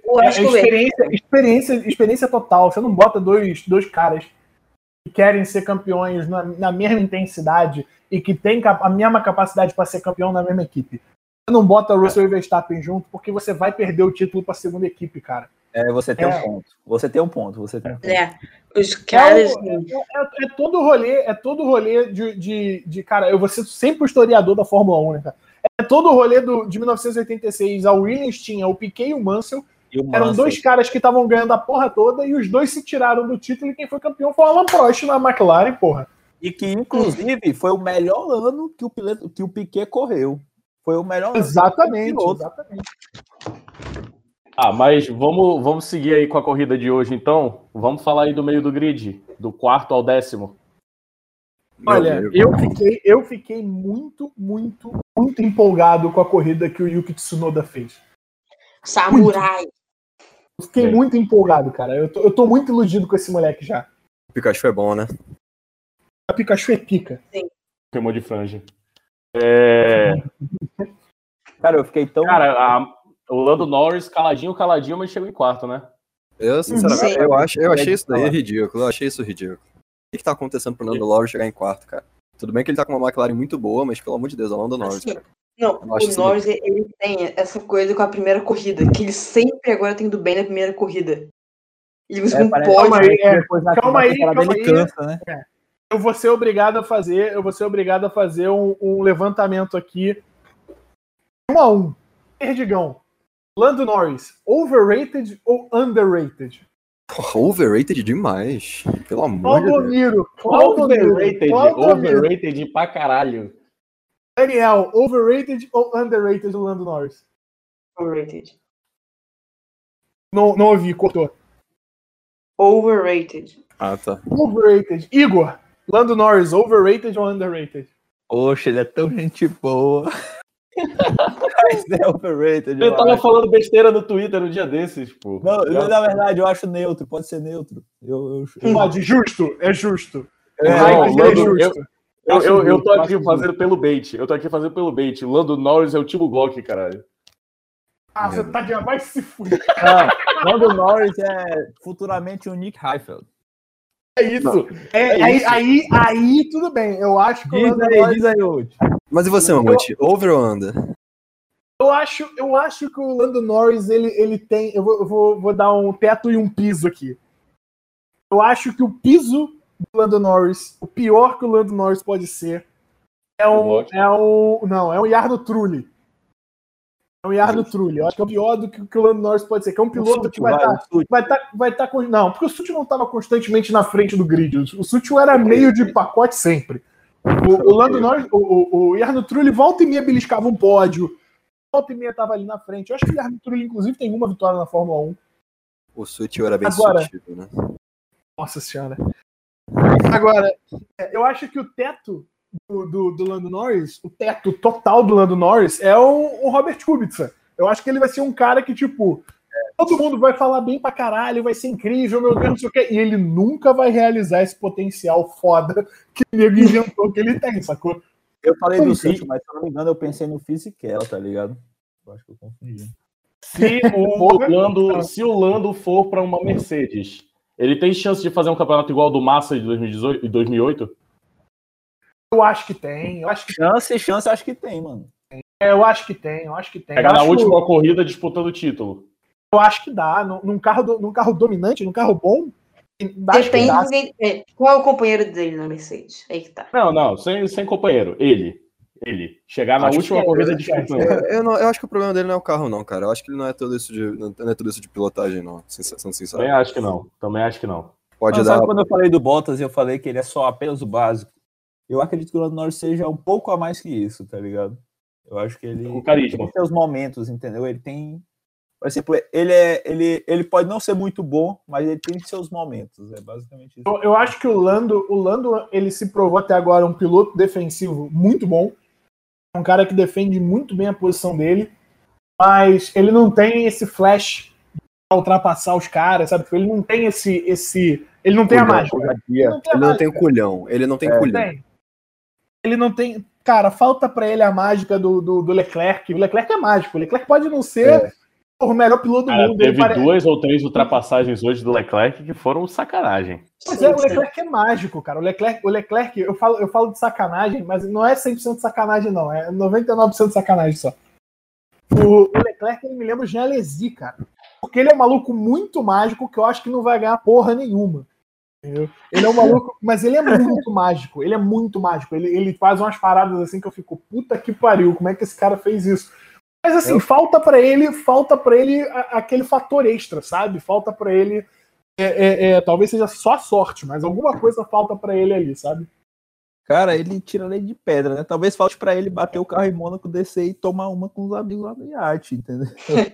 experiência total. Você não bota dois caras que querem ser campeões na mesma intensidade e que tem a mesma capacidade para ser campeão na mesma equipe. Você não bota Russell e Verstappen junto porque você vai perder o título para a segunda equipe, cara. Você tem um ponto. Você tem um ponto. Os caras... É todo rolê de cara, eu vou ser sempre o historiador da Fórmula 1, né, cara? É todo o rolê de 1986. A Williams tinha o Piquet e o Mansell. Eram dois caras que estavam ganhando a porra toda e os dois se tiraram do título e quem foi campeão foi o Alan Prost na McLaren, porra. E que, inclusive, foi o melhor ano que o Piquet correu. Foi o melhor ano. Exatamente. Mas vamos seguir aí com a corrida de hoje, então. Vamos falar aí do meio do grid, do 4º ao 10º. Olha, eu fiquei muito, muito, muito empolgado com a corrida que o Yuki Tsunoda fez. Samurai. Eu fiquei muito empolgado, cara. Eu tô muito iludido com esse moleque já. O Pikachu é bom, né? A Pikachu é pica. Sim. Queimou de franja. Cara, eu fiquei tão... Cara, o Lando Norris caladinho, mas chegou em 4º, né? Eu, sinceramente, eu achei isso daí ridículo. Eu achei isso ridículo. O que tá acontecendo pro Lando Norris chegar em 4º, cara? Tudo bem que ele tá com uma McLaren muito boa, mas pelo amor de Deus, é o Lando Norris, cara. Não, Eu acho o isso Norris, ele tem essa coisa com a primeira corrida, que ele sempre agora tá indo bem na primeira corrida. Ele usa um parece- pódio. Calma aí, Depois na calma aí, temporada calma ele aí. cansa, né? Eu vou ser obrigado a fazer um levantamento aqui. 1-1. Perdigão. Lando Norris, overrated ou underrated? Porra, overrated demais. Pelo amor de Deus. Claudomiro. Overrated pra caralho. Daniel, overrated ou underrated o Lando Norris? Overrated. Não ouvi, cortou. Overrated. Ah, tá. Overrated. Igor, Lando Norris, overrated ou underrated? Poxa, ele é tão gente boa. Mas é overrated. Ele eu tava acho. falando besteira no Twitter no dia desses, pô. Não, na verdade, eu acho neutro. Pode ser neutro. Pode, justo, é justo. É, Raikkonen não, é Lando, justo. Eu tô aqui acho fazendo pelo bait. Eu tô aqui fazendo pelo bait. Lando Norris é o Timo Glock, caralho. Ah, você tá de vai se fuder. Não, Lando Norris é futuramente o Nick Heidfeld. É isso. Aí tudo bem. Eu acho que o Lando Norris. Diz aí, Udi. Mas e você, Mamute? Over ou under? Eu acho que o Lando Norris, ele tem. Eu vou dar um teto e um piso aqui. Eu acho que o piso do Lando Norris, o pior que o Lando Norris pode ser, é um Jarno Trulli. É um Jarno Trulli. Eu acho que é o pior do que o Lando Norris pode ser, que é um piloto que vai estar com. Não, porque o Sutil não estava constantemente na frente do grid. O Sutil era meio de pacote sempre. O Lando Norris, o Jarno Trulli volta e meia beliscava um pódio. Volta e meia estava ali na frente. Eu acho que o Jarno Trulli, inclusive, tem uma vitória na Fórmula 1. O Sutil era bem Agora- sutil, né? Nossa senhora. Agora, eu acho que o teto do Lando Norris, o teto total do Lando Norris é o Robert Kubica. Eu acho que ele vai ser um cara que, tipo, todo mundo vai falar bem pra caralho, vai ser incrível, meu Deus, não sei o quê. E ele nunca vai realizar esse potencial foda que o nego inventou que ele tem, sacou? Eu falei Como do assim? Sutil, mas se eu não me engano, eu pensei no Fisichella, tá ligado? Eu acho que eu confundi. Se o Lando for pra uma Mercedes, ele tem chance de fazer um campeonato igual ao do Massa de 2018 e 2008? Eu acho que tem. Chance, acho que tem, mano. Eu acho que tem. Pegar na última corrida disputando o título. Eu acho que dá. Num carro dominante, num carro bom, acho que Depende dá. de quem. Qual é o companheiro dele na Mercedes? Aí que tá. Não, sem companheiro. Ele. Chegar na Acho última que é, corrida eu acho que é. disputando. Eu acho que o problema dele não é o carro, não, cara. Eu acho que ele não é tudo isso de pilotagem, não. Sendo sincero. Também acho que não. Pode Mas dar. sabe quando eu falei do Bottas e eu falei que ele é só apenas o básico? Eu acredito que o Lando Norris seja um pouco a mais que isso, tá ligado? Eu acho que ele Com carisma. tem seus momentos, entendeu? Ele tem... Por exemplo, ele pode não ser muito bom, mas ele tem seus momentos. É basicamente isso. Eu acho que o Lando, ele se provou até agora um piloto defensivo muito bom. É um cara que defende muito bem a posição dele, mas ele não tem esse flash pra ultrapassar os caras, sabe? Ele não tem ele não tem a mágica. Ele não tem culhão. Ele não tem culhão. Ele não tem. Cara, falta pra ele a mágica do Leclerc. O Leclerc é mágico. O Leclerc pode não ser o melhor piloto do Cara, mundo. teve 2 ou 3 ultrapassagens hoje do Leclerc que foram sacanagem. Mas o Leclerc é mágico, cara. O Leclerc, eu falo de sacanagem, mas não é 100% sacanagem, não. É 99% sacanagem só. O Leclerc, ele me lembra o Jean Alesi, cara. Porque ele é um maluco muito mágico que eu acho que não vai ganhar porra nenhuma. Entendeu? Ele é um maluco, mas ele é muito mágico. Ele é muito mágico. Ele faz umas paradas assim que eu fico, puta que pariu, como é que esse cara fez isso? Mas assim, falta pra ele aquele fator extra, sabe? Falta pra ele talvez seja só a sorte, mas alguma coisa falta pra ele ali, sabe? Cara, ele tira lei de pedra, né? Talvez falte pra ele bater o carro em Mônaco, descer e tomar uma com os amigos lá no iate, entendeu?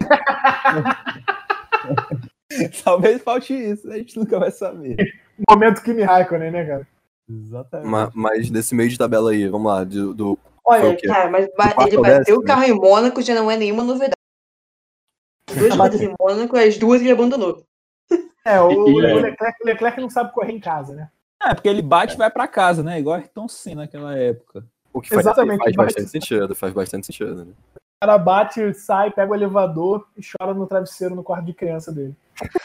Talvez falte isso, a gente nunca vai saber. Momento Kimi Raikkonen, né, cara? Exatamente. Mas desse meio de tabela aí, vamos lá. Foi Olha, o quê? cara, mas quarto ele ou bateu décimo, o carro em Mônaco já não é nenhuma novidade. Duas corridas em Mônaco, as duas ele abandonou. O Leclerc não sabe correr em casa, né? É, porque ele bate e vai pra casa, né? Igual Ayrton Senna naquela época. O que faz Exatamente, bastante sentido, faz bastante sentido, né? O cara bate, sai, pega o elevador e chora no travesseiro no quarto de criança dele.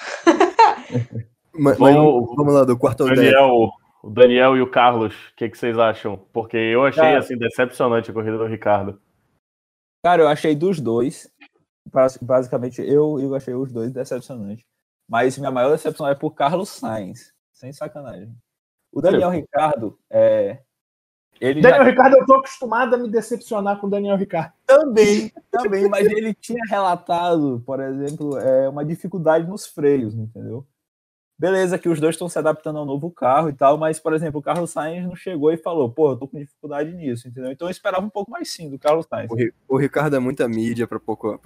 Mas vamos lá, do quarto ao décimo. O Daniel e o Carlos, o que vocês acham? Porque eu achei assim decepcionante a corrida do Ricardo. Cara, eu achei dos dois. Basicamente, eu achei os dois decepcionantes. Mas minha maior decepção é por Carlos Sainz. Sem sacanagem. O Daniel Ricciardo, Daniel Ricciardo, eu tô acostumado a me decepcionar com o Daniel Ricciardo. Também, mas ele tinha relatado, por exemplo, uma dificuldade nos freios, entendeu? Beleza que os dois estão se adaptando ao novo carro e tal, mas, por exemplo, o Carlos Sainz não chegou e falou, pô, eu tô com dificuldade nisso, entendeu? Então eu esperava um pouco mais sim do Carlos Sainz. O Ricardo é muita mídia para pouco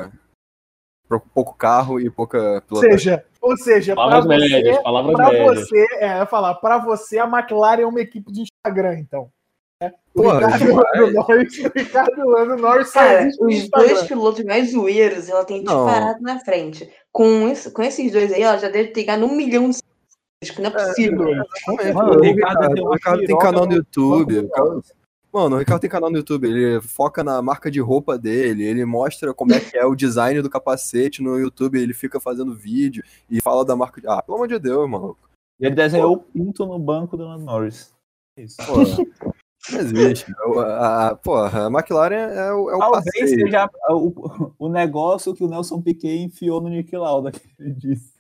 carro e pouca pilotagem. Ou seja, palavras médias. Para você, a McLaren é uma equipe de Instagram, então. O Ricardo Lando Norris. Cara, os dois pilotos mais zoeiros, ela tem disparado na frente. Com esses dois aí, ela já deve ter ganhado 1 milhão de seguidores, que não é possível. Mano, o Ricardo tem canal no YouTube. Mano, o Ricardo tem canal no YouTube, ele foca na marca de roupa dele, ele mostra como é que é o design do capacete no YouTube, ele fica fazendo vídeo e fala da marca de... Ah, pelo amor de Deus, mano. Ele desenhou o pinto no banco do Lando Norris. Isso. Pô, não existe. A McLaren é o talvez passeio. Seja o negócio que o Nelson Piquet enfiou no Niki Lauda, que ele disse.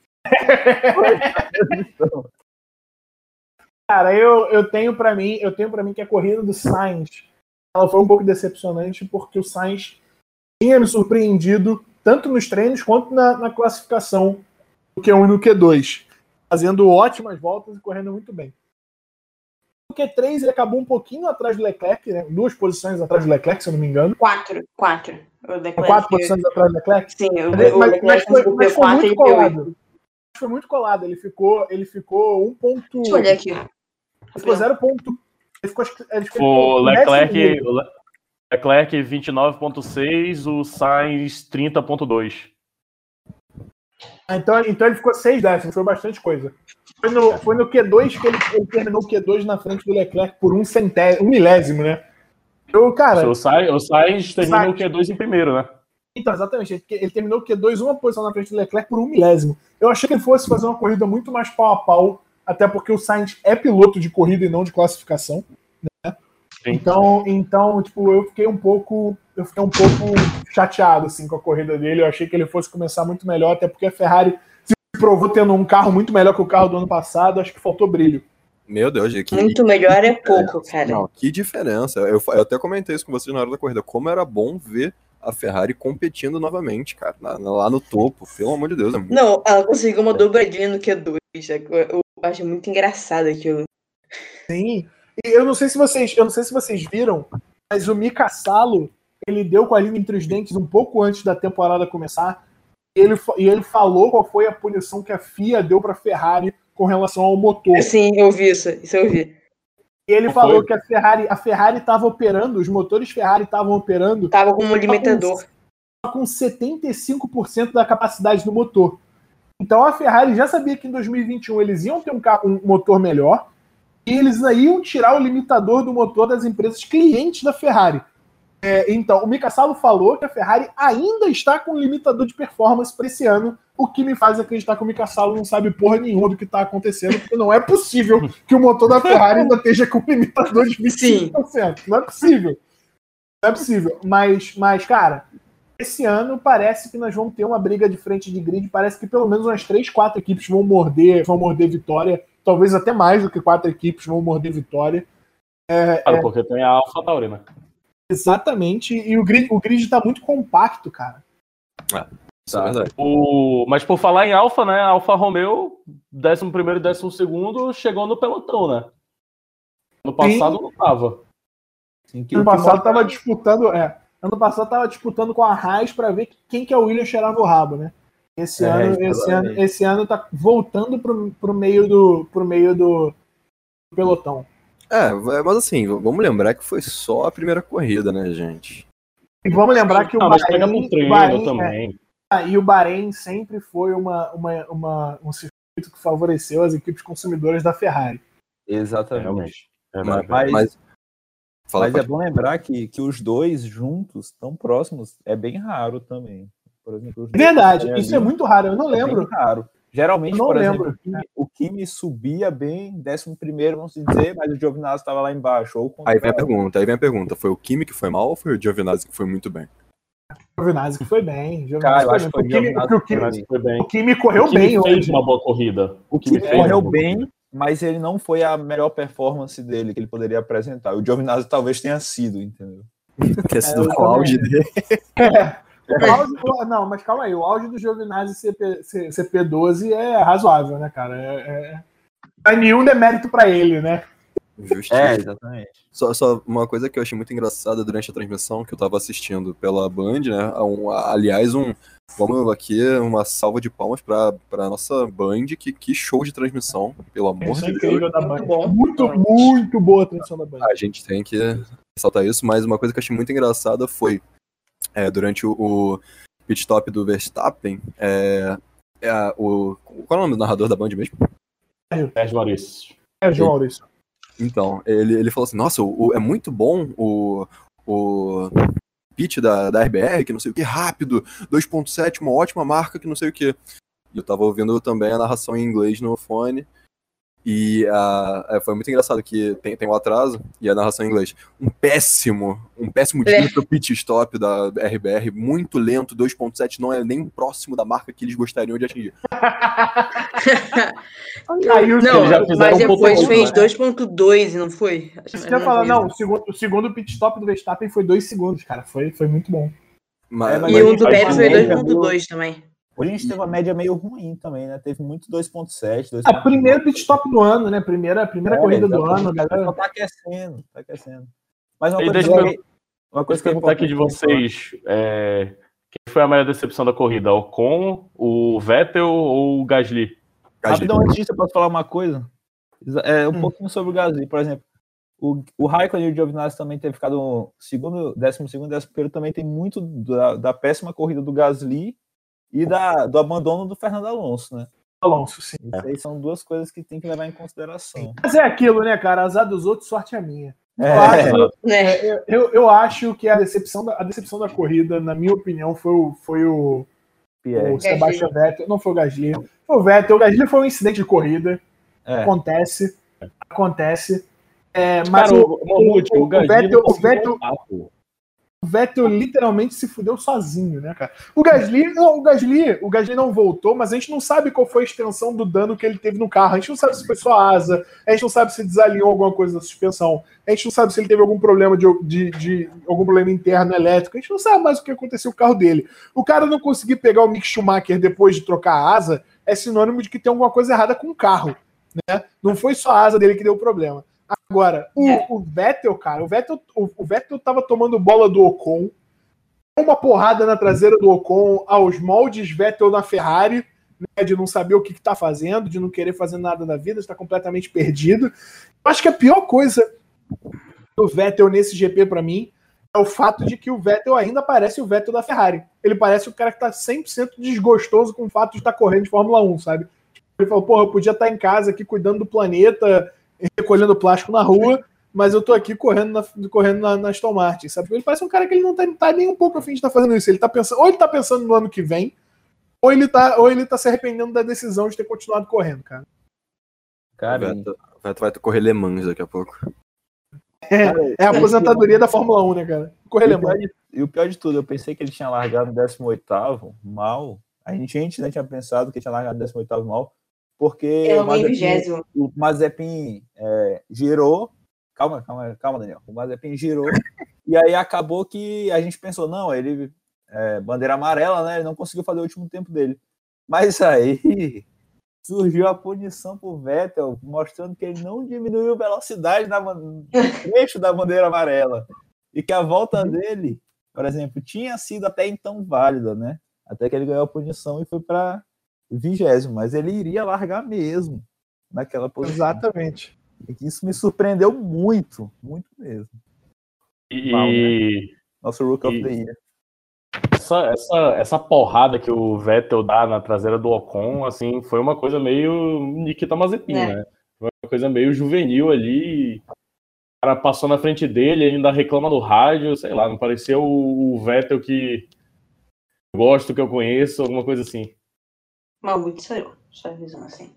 Cara, eu tenho pra mim que a corrida do Sainz ela foi um pouco decepcionante porque o Sainz tinha me surpreendido tanto nos treinos quanto na classificação do Q1 e no Q2, fazendo ótimas voltas e correndo muito bem. No Q3 ele acabou um pouquinho atrás do Leclerc, né? 2 posições atrás do Leclerc, se eu não me engano. 4. 4 posições atrás do Leclerc? Sim, mas foi muito colado. Foi muito colado. Ele ficou 1 ponto... Deixa eu olhar aqui. Ele ficou 0 ponto. O Leclerc 29.6, o Sainz 30.2. Então ele ficou 6 décimos, foi bastante coisa. Foi no Q2 que ele terminou o Q2 na frente do Leclerc por 1 milésimo, né? O Sainz terminou o Q2 em primeiro, né? Então, exatamente. Ele terminou o Q2 uma posição na frente do Leclerc por 1 milésimo. Eu achei que ele fosse fazer uma corrida muito mais pau a pau, até porque o Sainz é piloto de corrida e não de classificação, né? Então, tipo, eu fiquei um pouco chateado assim com a corrida dele. Eu achei que ele fosse começar muito melhor, até porque a Ferrari se provou tendo um carro muito melhor que o carro do ano passado. Acho que faltou brilho. Meu Deus, muito melhor é pouco, cara. Não, que diferença. Eu até comentei isso com vocês na hora da corrida. Como era bom ver a Ferrari competindo novamente, cara, lá no topo. Pelo amor de Deus. Não, ela conseguiu uma dobradinha no Q2. Eu acho muito engraçado aquilo. Sim. E eu não sei se vocês viram, mas o Mika Salo, ele deu com a língua entre os dentes um pouco antes da temporada começar. E ele falou qual foi a punição que a FIA deu para a Ferrari com relação ao motor. Sim, eu vi isso eu vi. E ele falou que a Ferrari estava operando, os motores Ferrari estavam operando. Estava com um limitador. Com 75% da capacidade do motor. Então a Ferrari já sabia que em 2021 eles iam ter um motor melhor e eles iam tirar o limitador do motor das empresas clientes da Ferrari. Então, o Mika Salo falou que a Ferrari ainda está com um limitador de performance para esse ano, o que me faz acreditar que o Mika Salo não sabe porra nenhuma do que está acontecendo, porque não é possível que o motor da Ferrari ainda esteja com um limitador de 25%. Não é possível. Não é possível. Mas, cara, esse ano parece que nós vamos ter uma briga de frente de grid, parece que pelo menos umas 3, 4 equipes vão morder vitória, talvez até mais do que 4 equipes vão morder vitória. Porque tem a AlphaTauri, né? Exatamente, e o grid tá muito compacto, cara. Isso é verdade. Mas por falar em Alfa, né? A Alfa Romeo, 11º e 12º, chegou no pelotão, né? Ano passado não tava. Ano passado tava disputando. Ano passado tava disputando com a Haas para ver quem que é o Williams cheirava o rabo, né? Esse ano tá voltando pro meio do pelotão. Mas assim, vamos lembrar que foi só a primeira corrida, né, gente? E vamos lembrar que o Bahrein também. E o Bahrein sempre foi um circuito que favoreceu as equipes consumidoras da Ferrari. Exatamente. Mas é bom lembrar que os dois juntos, tão próximos, é bem raro também. Por exemplo, verdade, isso é muito raro, eu não lembro. É bem raro. Geralmente, por exemplo, o Kimi subia bem, 11º, vamos dizer, mas o Giovinazzi estava lá embaixo. Aí vem a pergunta, foi o Kimi que foi mal ou foi o Giovinazzi que foi muito bem? O Giovinazzi foi bem. Cara, eu acho que o Kimi correu bem hoje. hoje. Uma boa corrida. O Kimi correu bem, mas ele não foi a melhor performance dele que ele poderia apresentar. O Giovinazzi talvez tenha sido, entendeu? Ter sido o auge dele. Não, mas calma aí. O auge do Giovinazzi CP12 é razoável, né, cara? Não é nenhum demérito pra ele, né? Justiça. Exatamente. Só uma coisa que eu achei muito engraçada durante a transmissão, que eu tava assistindo pela Band, né? Aliás, vamos aqui, uma salva de palmas pra nossa Band, que show de transmissão, pelo amor de Deus. Incrível da Band. Muito boa a transmissão da Band. A gente tem que ressaltar isso, mas uma coisa que eu achei muito engraçada foi, durante o pit stop do Verstappen, qual é o nome do narrador da Band mesmo? Sérgio Maurício. João Maurício. Então, ele falou assim, nossa, é muito bom o pitch da RBR, que não sei o que, rápido, 2.7, uma ótima marca, que não sei o que. E eu tava ouvindo também a narração em inglês no fone, e foi muito engraçado que tem um atraso, e a narração em inglês, um péssimo dia pro pit stop da RBR, muito lento, 2.7, não é nem próximo da marca que eles gostariam de atingir. Mas depois fez 2.2, não foi? Isso que eu ia falar, não, o segundo pit stop do Verstappen foi 2 segundos, cara, foi muito bom. E o do Pérez foi 2.2 também. Hoje a gente teve uma média meio ruim também, né? Teve muito 2.7. Primeiro pit stop do ano, né? Primeira corrida do ano. A galera tá aquecendo. Mas uma coisa que eu vou perguntar aqui de vocês, quem foi a maior decepção da corrida? Ocon, o Vettel ou o Gasly? Rapidão, antes disso, eu posso falar uma coisa? Um pouquinho sobre o Gasly, por exemplo. O Raikkonen e o Giovinazzi também teve ficado décimo segundo, 11º, também tem muito da péssima corrida do Gasly e do abandono do Fernando Alonso, né? Alonso, sim. Isso aí são duas coisas que tem que levar em consideração. Mas é aquilo, né, cara? Azar dos outros, sorte é minha. Eu acho que a decepção da corrida, na minha opinião, foi o Sebastian Vettel. Não foi o Gasly. Foi o Vettel. O Gasly foi um incidente de corrida. Acontece. Mas cara, o Vettel literalmente se fudeu sozinho, né, cara? O Gasly não voltou, mas a gente não sabe qual foi a extensão do dano que ele teve no carro. A gente não sabe se foi só asa, a gente não sabe se desalinhou alguma coisa da suspensão, a gente não sabe se ele teve algum problema de algum problema interno elétrico, a gente não sabe mais o que aconteceu com o carro dele. O cara não conseguir pegar o Mick Schumacher depois de trocar a asa é sinônimo de que tem alguma coisa errada com o carro, né? Não foi só a asa dele que deu problema. Agora, o Vettel, cara, o Vettel tava tomando bola do Ocon, uma porrada na traseira do Ocon aos moldes Vettel na Ferrari, né, de não saber o que tá fazendo, de não querer fazer nada na vida, está completamente perdido. Eu acho que a pior coisa do Vettel nesse GP pra mim é o fato de que o Vettel ainda parece o Vettel da Ferrari. Ele parece o cara que tá 100% desgostoso com o fato de estar correndo de Fórmula 1, sabe? Ele falou, porra, eu podia estar em casa aqui cuidando do planeta, recolhendo plástico na rua, mas eu tô aqui correndo na Aston Martin, sabe? Ele parece um cara que ele não tá nem um pouco a fim de estar fazendo isso. Ele tá pensando, ou ele tá pensando no ano que vem, ou ele tá se arrependendo da decisão de ter continuado correndo, cara. Cara, o Vettel vai correr Le Mans daqui a pouco. É a aposentadoria da Fórmula 1, né, cara? Correr Le Mans. E o pior de tudo, eu pensei que ele tinha largado no 18º mal. A gente né, tinha pensado que ele tinha largado no 18º mal, porque o Mazepin girou. Calma, Daniel. O Mazepin girou e aí acabou que a gente pensou, não, ele bandeira amarela, né? Ele não conseguiu fazer o último tempo dele. Mas aí surgiu a punição pro Vettel, mostrando que ele não diminuiu a velocidade no trecho da bandeira amarela. E que a volta dele, por exemplo, tinha sido até então válida, né? Até que ele ganhou a punição e foi para 20º, mas ele iria largar mesmo naquela posição. Exatamente. E isso me surpreendeu muito, muito mesmo. Né? Nosso Rookie of the Year. Essa porrada que o Vettel dá na traseira do Ocon, assim, foi uma coisa meio Nikita Mazepin, né? Foi uma coisa meio juvenil ali. O cara passou na frente dele, ainda reclama no rádio, sei lá, não pareceu o Vettel que eu gosto, que eu conheço, alguma coisa assim. Mas muito saiu, só avisando assim.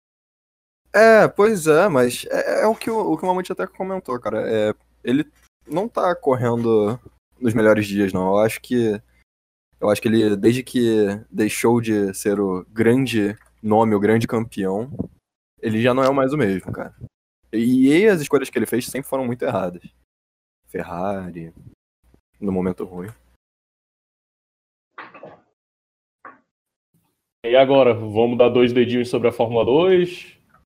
Pois é, mas é o que o Mamute até comentou, cara. Ele não tá correndo nos melhores dias, não. Eu acho que Eu acho que ele, desde que deixou de ser o grande nome, o grande campeão, ele já não é mais o mesmo, cara. E as escolhas que ele fez sempre foram muito erradas. Ferrari, no momento ruim. E agora, vamos dar 2 dedinhos sobre a Fórmula 2?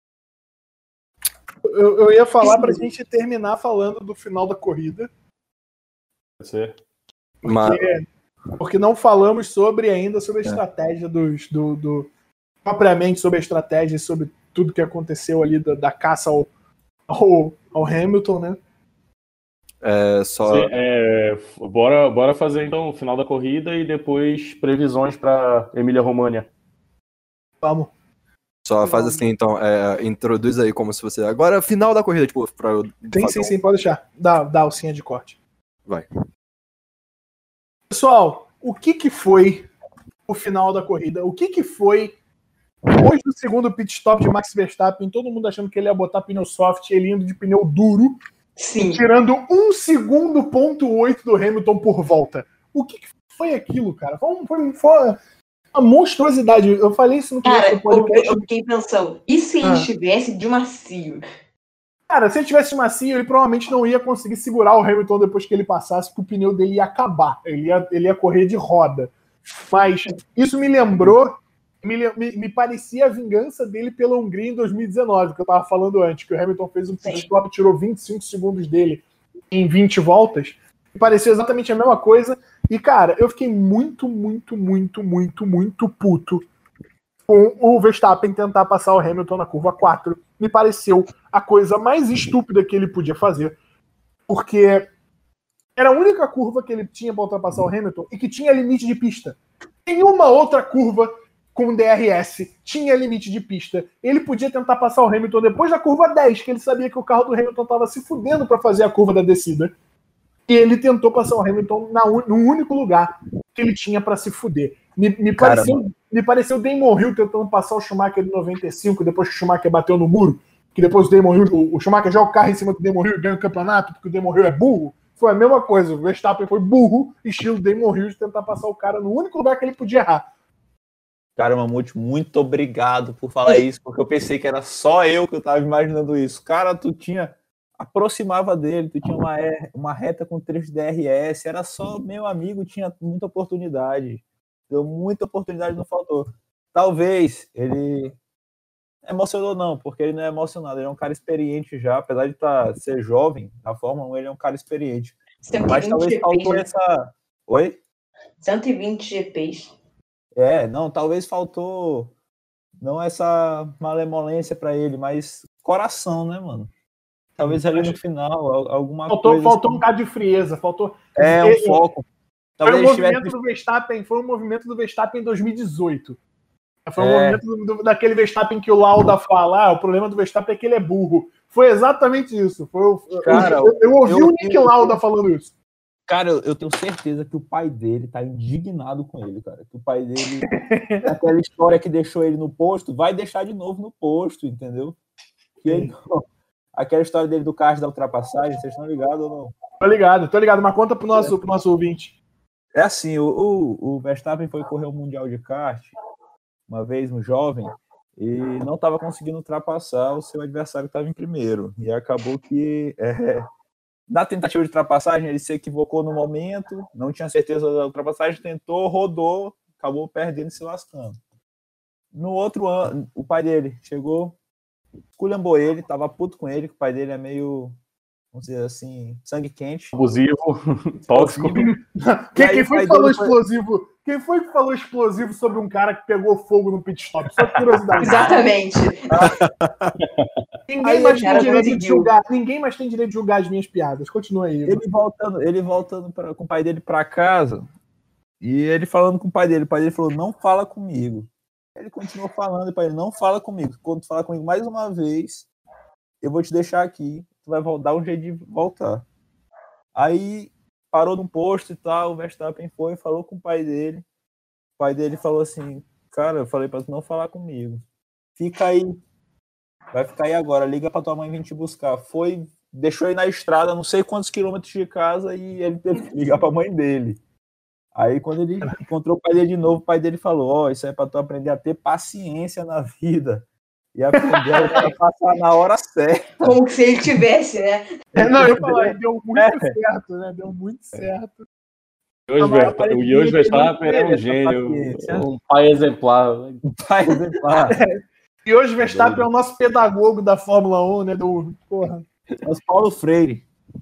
Eu ia falar pra gente terminar falando do final da corrida. Pode ser? Mas, Porque não falamos ainda sobre a estratégia propriamente sobre a estratégia e sobre tudo que aconteceu ali da caça ao Hamilton, né? Bora fazer então o final da corrida e depois previsões para Emília-Romagna. Vamos. só faz assim, então, introduz aí como se você... Agora, final da corrida, tipo, pra eu... Sim, pode deixar. Dá alcinha de corte. Vai. Pessoal, o que foi o final da corrida? O que foi depois do segundo pit stop de Max Verstappen, todo mundo achando que ele ia botar pneu soft, ele indo de pneu duro, Sim. tirando 1 segundo, ponto 8 do Hamilton por volta. O que foi aquilo, cara? Foi uma monstruosidade. Eu falei isso no Cara, podcast. eu fiquei pensando, e se ele estivesse de macio? Cara, se ele tivesse macio, ele provavelmente não ia conseguir segurar o Hamilton depois que ele passasse, porque o pneu dele ia acabar. Ele ia correr de roda. Mas isso me lembrou, me parecia a vingança dele pela Hungria em 2019, que eu tava falando antes, que o Hamilton fez um pit stop, tirou 25 segundos dele em 20 voltas. Me parecia exatamente a mesma coisa. E, cara, eu fiquei muito puto com o Verstappen tentar passar o Hamilton na curva 4. Me pareceu a coisa mais estúpida que ele podia fazer. Porque era a única curva que ele tinha para ultrapassar o Hamilton e que tinha limite de pista. Nenhuma outra curva com DRS tinha limite de pista. Ele podia tentar passar o Hamilton depois da curva 10, que ele sabia que o carro do Hamilton estava se fudendo para fazer a curva da descida. E ele tentou passar o Hamilton no único lugar que ele tinha para se fuder. Me pareceu o Damon Hill tentando passar o Schumacher em 95, depois que o Schumacher bateu no muro, que depois o Schumacher joga o carro em cima do Damon Hill e ganha o campeonato, porque o Damon Hill é burro. Foi a mesma coisa. O Verstappen foi burro, estilo Damon Hill, de tentar passar o cara no único lugar que ele podia errar. Cara, Mamute, muito obrigado por falar isso, porque eu pensei que era só eu que eu tava imaginando isso. Cara, aproximava dele, tu tinha uma reta com 3 DRS, era só meu amigo, tinha muita oportunidade. Deu muita oportunidade, não faltou. Talvez ele emocionou não, porque ele não é emocionado, ele é um cara experiente já, apesar de ser jovem, na Fórmula 1 ele é um cara experiente. Mas talvez GPs, faltou né? essa... Oi? 120 GPs. Talvez faltou não essa malemolência pra ele, mas coração, né, mano? Talvez ali no final, alguma coisa... Faltou um bocado de frieza, faltou... um foco. Foi um movimento do Verstappen em 2018. Foi um movimento daquele Verstappen que o Lauda fala, o problema do Verstappen é que ele é burro. Foi exatamente isso. Eu ouvi o Nick Lauda falando isso. Cara, eu tenho certeza que o pai dele tá indignado com ele, cara. Que o pai dele, aquela história que deixou ele no posto, vai deixar de novo no posto, entendeu? Aquela história dele do kart da ultrapassagem, vocês estão ligados ou não? Tô ligado, mas conta pro nosso ouvinte. É assim, o Verstappen foi correr o Mundial de Kart uma vez, um jovem, e não estava conseguindo ultrapassar o seu adversário que estava em primeiro. E acabou que, na tentativa de ultrapassagem, ele se equivocou no momento, não tinha certeza da ultrapassagem, tentou, rodou, acabou perdendo e se lascando. No outro ano, o pai dele chegou, esculhambou ele, estava puto com ele, que o pai dele é meio... vamos dizer assim, sangue quente. Abusivo, tóxico. Quem foi que falou explosivo? Quem foi que falou explosivo sobre um cara que pegou fogo no pit stop? Só curiosidade. Exatamente. Ninguém mais tem direito de julgar. Ninguém mais tem direito de julgar as minhas piadas. Continua aí. Ele voltando com o pai dele para casa e ele falando com o pai dele falou, não fala comigo. Ele continuou falando, e o pai dele, não fala comigo. Quando tu falar comigo mais uma vez, eu vou te deixar aqui. Tu vai dar um jeito de voltar. Aí parou num posto e tal, o Verstappen foi e falou com o pai dele. O pai dele falou assim, cara, eu falei pra tu não falar comigo. Fica aí. Vai ficar aí agora, liga pra tua mãe vir te buscar. Foi, deixou ele na estrada, não sei quantos quilômetros de casa, e ele teve que ligar pra mãe dele. Aí quando ele encontrou o pai dele de novo, o pai dele falou, isso é pra tu aprender a ter paciência na vida. E aprender a passar na hora certa. Como se ele tivesse, né? Não, eu ia falar, deu muito certo, né? Deu muito certo. O Jos Verstappen é um gênio, um pai exemplar. Um pai exemplar. E hoje o Verstappen é o nosso pedagogo da Fórmula 1, né? Porra. Nosso Paulo Freire.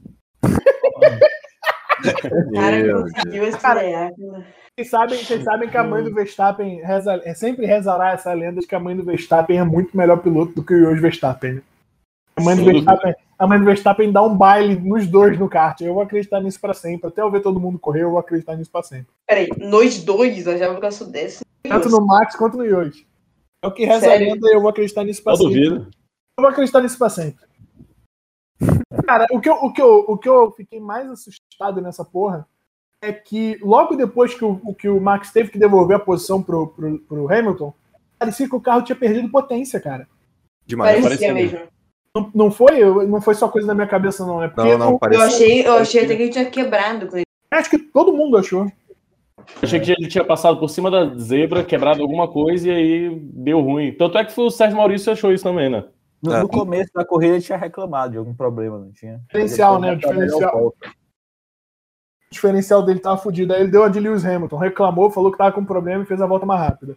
Cara, conseguiu estrear. Vocês sabem que a mãe do Verstappen sempre rezará essa lenda de que a mãe do Verstappen é muito melhor piloto do que o Jos Verstappen. Né? A mãe do Verstappen dá um baile nos dois no kart. Eu vou acreditar nisso pra sempre. Até eu ver todo mundo correr, eu vou acreditar nisso pra sempre. Peraí, nós dois, eu já vou ficar décimo. Tanto no Max quanto no Jos. É o que reza a lenda e eu vou acreditar nisso pra sempre. Eu vou acreditar nisso pra sempre. Cara, o que eu fiquei mais assustado nessa porra é que logo depois que o Max teve que devolver a posição pro Hamilton, parecia que o carro tinha perdido potência, cara. Demais. Parecia mesmo. Não foi só coisa da minha cabeça, não. É porque Não, eu achei até que ele tinha quebrado com ele. Acho que todo mundo achou. Eu achei que ele tinha passado por cima da zebra, quebrado alguma coisa e aí deu ruim. Tanto é que o Sérgio Maurício achou isso também, né? No começo da corrida ele tinha reclamado de algum problema, não tinha? Diferencial, né? O diferencial dele tava fodido. Aí ele deu a de Lewis Hamilton, reclamou, falou que tava com problema e fez a volta mais rápida.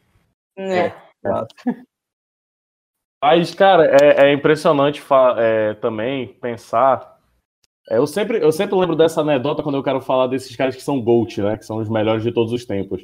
Mas, cara, é impressionante também pensar. Eu sempre lembro dessa anedota quando eu quero falar desses caras que são GOAT, né? Que são os melhores de todos os tempos.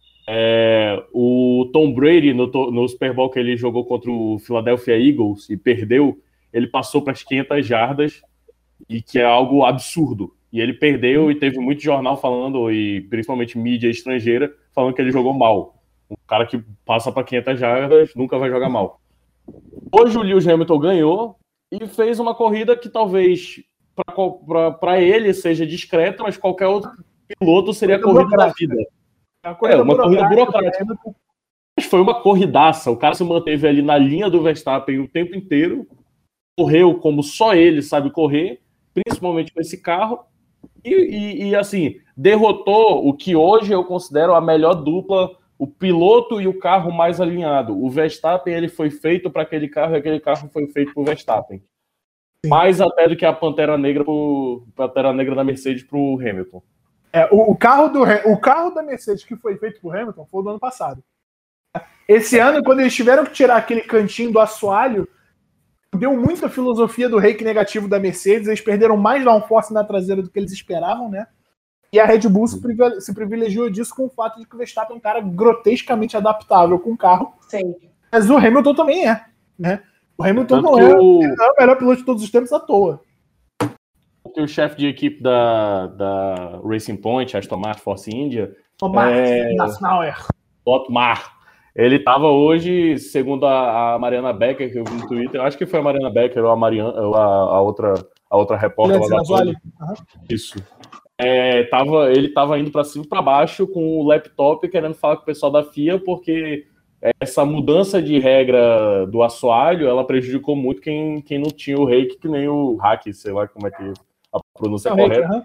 O Tom Brady, no Super Bowl que ele jogou contra o Philadelphia Eagles e perdeu, ele passou para as 500 jardas, e que é algo absurdo. E ele perdeu e teve muito jornal falando, e principalmente mídia estrangeira, falando que ele jogou mal. Um cara que passa para 500 jardas nunca vai jogar mal. Hoje o Lewis Hamilton ganhou e fez uma corrida que talvez para ele seja discreta, mas qualquer outro piloto seria a corrida da vida. Uma corrida burocrática. Mas foi uma corridaça. O cara se manteve ali na linha do Verstappen o tempo inteiro, correu como só ele sabe correr, principalmente com esse carro, e assim, derrotou o que hoje eu considero a melhor dupla, o piloto e o carro mais alinhado. O Verstappen, ele foi feito para aquele carro e aquele carro foi feito para o Verstappen. Sim. Mais até do que a Pantera Negra da Mercedes para o Hamilton. O carro da Mercedes que foi feito pro Hamilton foi do ano passado. Esse ano, quando eles tiveram que tirar aquele cantinho do assoalho, deu muita filosofia do reiki negativo da Mercedes, eles perderam mais downforce na traseira do que eles esperavam, né? E a Red Bull se privilegiou disso com o fato de que o Verstappen é um cara grotescamente adaptável com o carro. Sim. Mas o Hamilton também é, né? O Hamilton não é o melhor piloto de todos os tempos à toa. O chefe de equipe da Racing Point, Aston Martin, Force India, Otmar. Ele estava hoje, segundo a Mariana Becker, que eu vi no Twitter, eu acho que foi a Mariana Becker ou a outra repórter lá da Folha. Isso. Ele estava indo para cima e para baixo com o laptop querendo falar com o pessoal da FIA, porque essa mudança de regra do assoalho, ela prejudicou muito quem não tinha o reiki, que nem o hack, sei lá como é que a pronúncia é correta.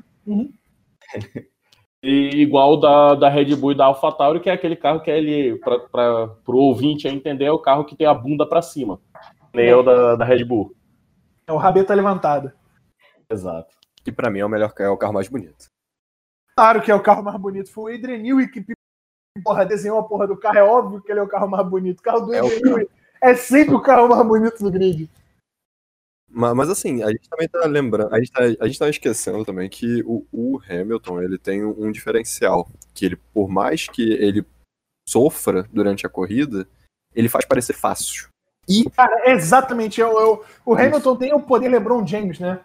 E igual da Red Bull e da AlphaTauri, que é aquele carro que ele, para o ouvinte entender, é o carro que tem a bunda para cima. Nem é o da Red Bull. É o rabeta levantada. Exato. Que para mim é o carro mais bonito. Claro que é o carro mais bonito. Foi o Adrian Newey que desenhou a porra do carro. É óbvio que ele é o carro mais bonito. O carro do Adrian Newey é sempre o carro mais bonito do grid. Mas assim, a gente também tá lembrando, a gente tá esquecendo também que o Hamilton, ele tem um diferencial, que ele, por mais que ele sofra durante a corrida, ele faz parecer fácil. E... Cara, exatamente, o Hamilton tem o poder LeBron James, né?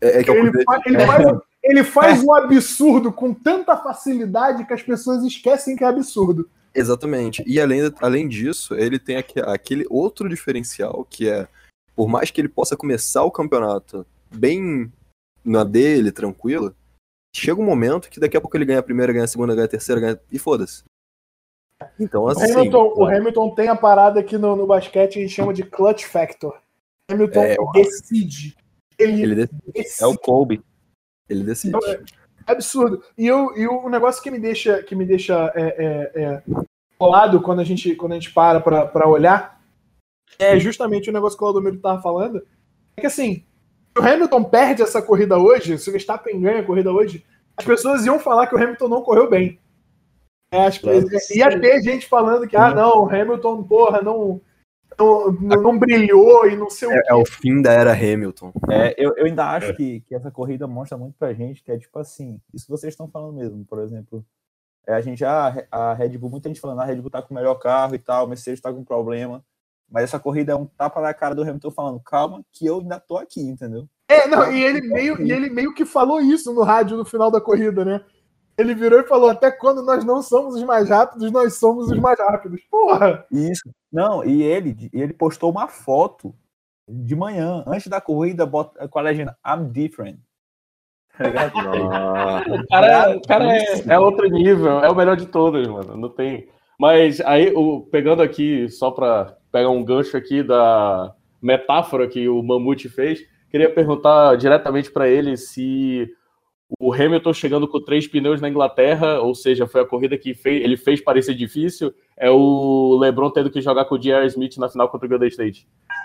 Ele faz um absurdo com tanta facilidade que as pessoas esquecem que é absurdo. Exatamente, e além disso, ele tem aquele outro diferencial, que é, por mais que ele possa começar o campeonato bem na dele, tranquilo, chega um momento que daqui a pouco ele ganha a primeira, ganha a segunda, ganha a terceira, e foda-se. Então, assim... O Hamilton tem a parada que no basquete a gente chama de clutch factor. Hamilton decide. Ele decide. É o Kobe. Ele decide. Absurdo. E o negócio que me deixa colado quando a gente para olhar é justamente o negócio que o Aldomiro estava falando. É que assim, se o Hamilton perde essa corrida hoje, se o Verstappen ganha a corrida hoje, as pessoas iam falar que o Hamilton não correu bem. Ia ter gente falando que, não, o Hamilton, porra, não brilhou e não sei o quê. É o fim da era Hamilton. Eu ainda acho que essa corrida mostra muito pra gente que é tipo assim, isso vocês estão falando mesmo, por exemplo, a Red Bull, muita gente falando, a Red Bull tá com o melhor carro e tal, o Mercedes tá com problema, mas essa corrida é um tapa na cara do Hamilton falando, calma, que eu ainda tô aqui, entendeu? E ele meio que falou isso no rádio no final da corrida, né? Ele virou e falou, até quando nós não somos os mais rápidos, nós somos os mais rápidos. Porra! Isso. Não, e ele postou uma foto de manhã, antes da corrida, com a legenda, I'm different. O cara é outro nível, é o melhor de todos, mano. Não tem. Mas aí, pegando aqui, só pra pegar um gancho aqui da metáfora que o Mamute fez, queria perguntar diretamente pra ele se o Hamilton chegando com 3 pneus na Inglaterra, ou seja, foi a corrida que ele fez parecer difícil, é o LeBron tendo que jogar com o J.R. Smith na final contra o Golden State.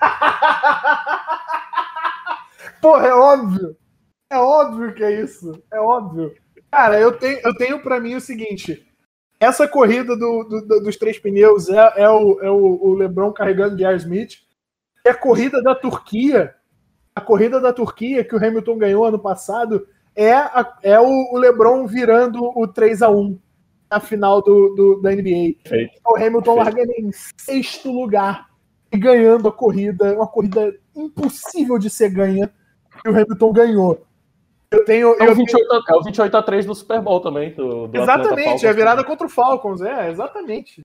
Porra, é óbvio. É óbvio que é isso. É óbvio. Cara, eu tenho pra mim o seguinte. Essa corrida dos 3 pneus é o LeBron carregando o J.R. Smith. É a corrida da Turquia. A corrida da Turquia que o Hamilton ganhou ano passado é o LeBron virando o 3-1 na final da NBA. Perfeito. O Hamilton largando em 6º lugar e ganhando a corrida, uma corrida impossível de ser ganha, e o Hamilton ganhou. É o 28-3 do Super Bowl também. Do exatamente, é a virada contra o Falcons, exatamente.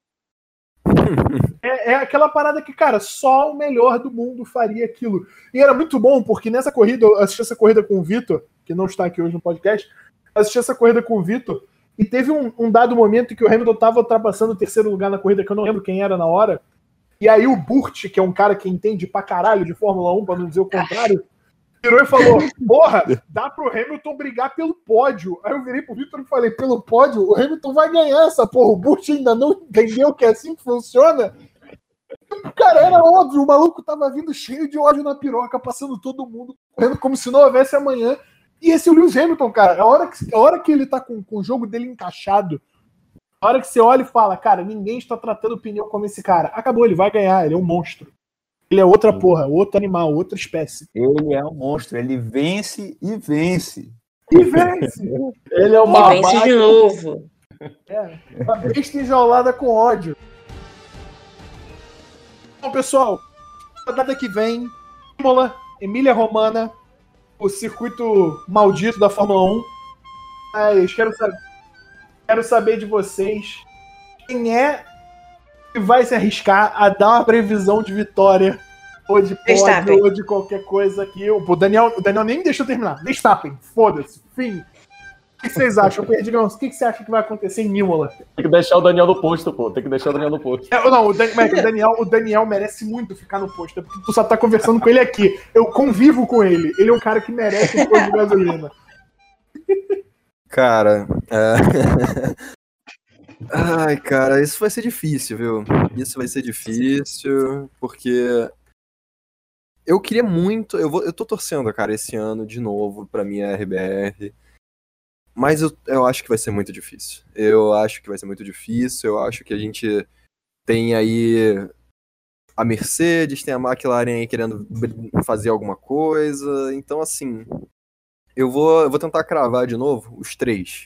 É aquela parada que, cara, só o melhor do mundo faria aquilo. E era muito bom, porque nessa corrida, eu assisti essa corrida com o Vitor, que não está aqui hoje no podcast, assisti essa corrida com o Vitor, e teve um dado momento em que o Hamilton estava ultrapassando o 3º lugar na corrida, que eu não lembro quem era na hora, e aí o Burt, que é um cara que entende pra caralho de Fórmula 1, pra não dizer o contrário, virou e falou, porra, dá pro Hamilton brigar pelo pódio. Aí eu virei pro Vitor e falei, pelo pódio, o Hamilton vai ganhar essa porra, o Burt ainda não entendeu que é assim que funciona. Cara, era óbvio, o maluco tava vindo cheio de ódio na piroca, passando todo mundo, correndo como se não houvesse amanhã. E esse é o Lewis Hamilton, cara, a hora que ele tá com o jogo dele encaixado, a hora que você olha e fala, cara, ninguém está tratando o pneu como esse cara. Acabou, ele vai ganhar, ele é um monstro. Ele é outra porra, outro animal, outra espécie. Ele é um monstro, ele vence e vence. E vence! Ele é uma vence de novo. Uma besta enjaulada com ódio. Bom, pessoal, a data que vem, Imola, Emília-Romagna, o circuito maldito da Fórmula 1. Mas quero saber de vocês quem é que vai se arriscar a dar uma previsão de vitória ou de pódio ou de qualquer coisa aqui. O Daniel nem me deixou terminar. Verstappen, foda-se, fim. O que vocês acham? Perdigão, o que você acha que vai acontecer em Imola? Tem que deixar o Daniel no posto, pô. Tem que deixar o Daniel no posto. Não, o Daniel merece muito ficar no posto, porque tu só tá conversando com ele aqui. Eu convivo com ele. Ele é um cara que merece um posto de gasolina. Cara, ai, cara, isso vai ser difícil, viu? Isso vai ser difícil, porque eu queria muito, eu tô torcendo, cara, esse ano de novo pra minha RBR, mas eu acho que vai ser muito difícil. Eu acho que vai ser muito difícil, eu acho que a gente tem aí a Mercedes, tem a McLaren aí querendo fazer alguma coisa, então assim, eu vou tentar cravar de novo os 3.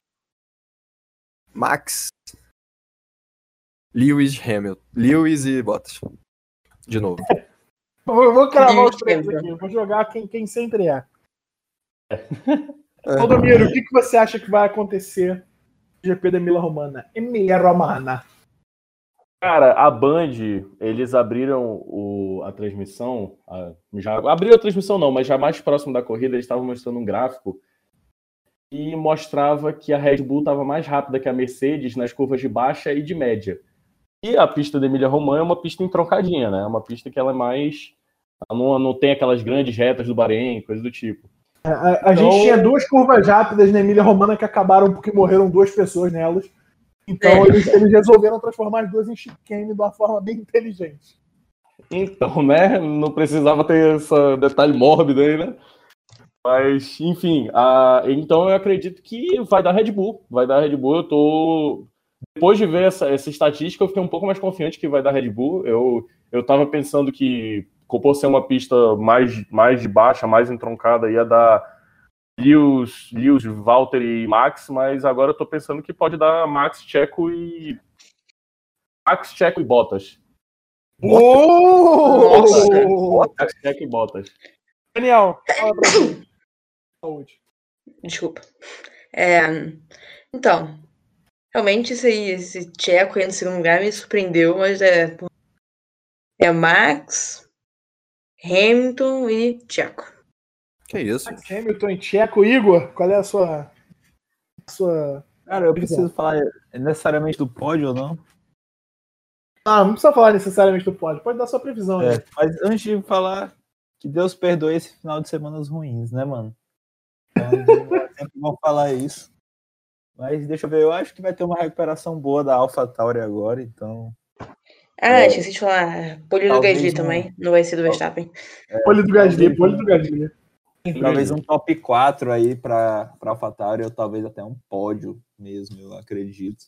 Max, Lewis e Bottas. De novo. Vou cravar os 3 aqui. Vou jogar quem sempre é. Aldomiro, o que você acha que vai acontecer no GP da Emília-Romagna? Cara, a Band, eles abriram a transmissão, já abriu a transmissão não, mas já mais próximo da corrida, eles estavam mostrando um gráfico e mostrava que a Red Bull estava mais rápida que a Mercedes nas curvas de baixa e de média. E a pista da Emília-Romagna é uma pista entroncadinha, né? É uma pista que ela é mais... Ela não tem aquelas grandes retas do Bahrein, coisa do tipo. A gente tinha 2 curvas rápidas na Emília-Romagna que acabaram porque morreram 2 pessoas nelas. Então eles resolveram transformar as 2 em chicane de uma forma bem inteligente. Então, né? Não precisava ter esse detalhe mórbido aí, né? Mas, enfim, então eu acredito que vai dar Red Bull. Vai dar Red Bull. Depois de ver essa estatística, eu fiquei um pouco mais confiante que vai dar Red Bull. Eu tava pensando que, por ser uma pista mais de baixa, mais entroncada, ia dar Lewis, Valtteri e Max, mas agora eu tô pensando que pode dar Max, Checo e Bottas. Max, Checo e Bottas. Daniel, fala pra gente. Saúde. Desculpa. Então, realmente esse Checo aí no segundo lugar me surpreendeu, mas é Max, Hamilton e Checo. Que isso? Max, Hamilton e Checo. Igor, qual é a sua... Cara, eu preciso falar necessariamente do pódio ou não? Não precisa falar necessariamente do pódio. Pode dar sua previsão aí. Mas antes de falar, que Deus perdoe esse final de semanas ruins, né, mano? Então, sempre vão falar isso. Mas deixa eu ver, eu acho que vai ter uma recuperação boa da AlphaTauri agora, então... esqueci de falar. Pole do Gasly também, não vai ser do Verstappen. Pole do Gasly. Talvez um top 4 aí pra AlphaTauri, ou talvez até um pódio mesmo, eu acredito.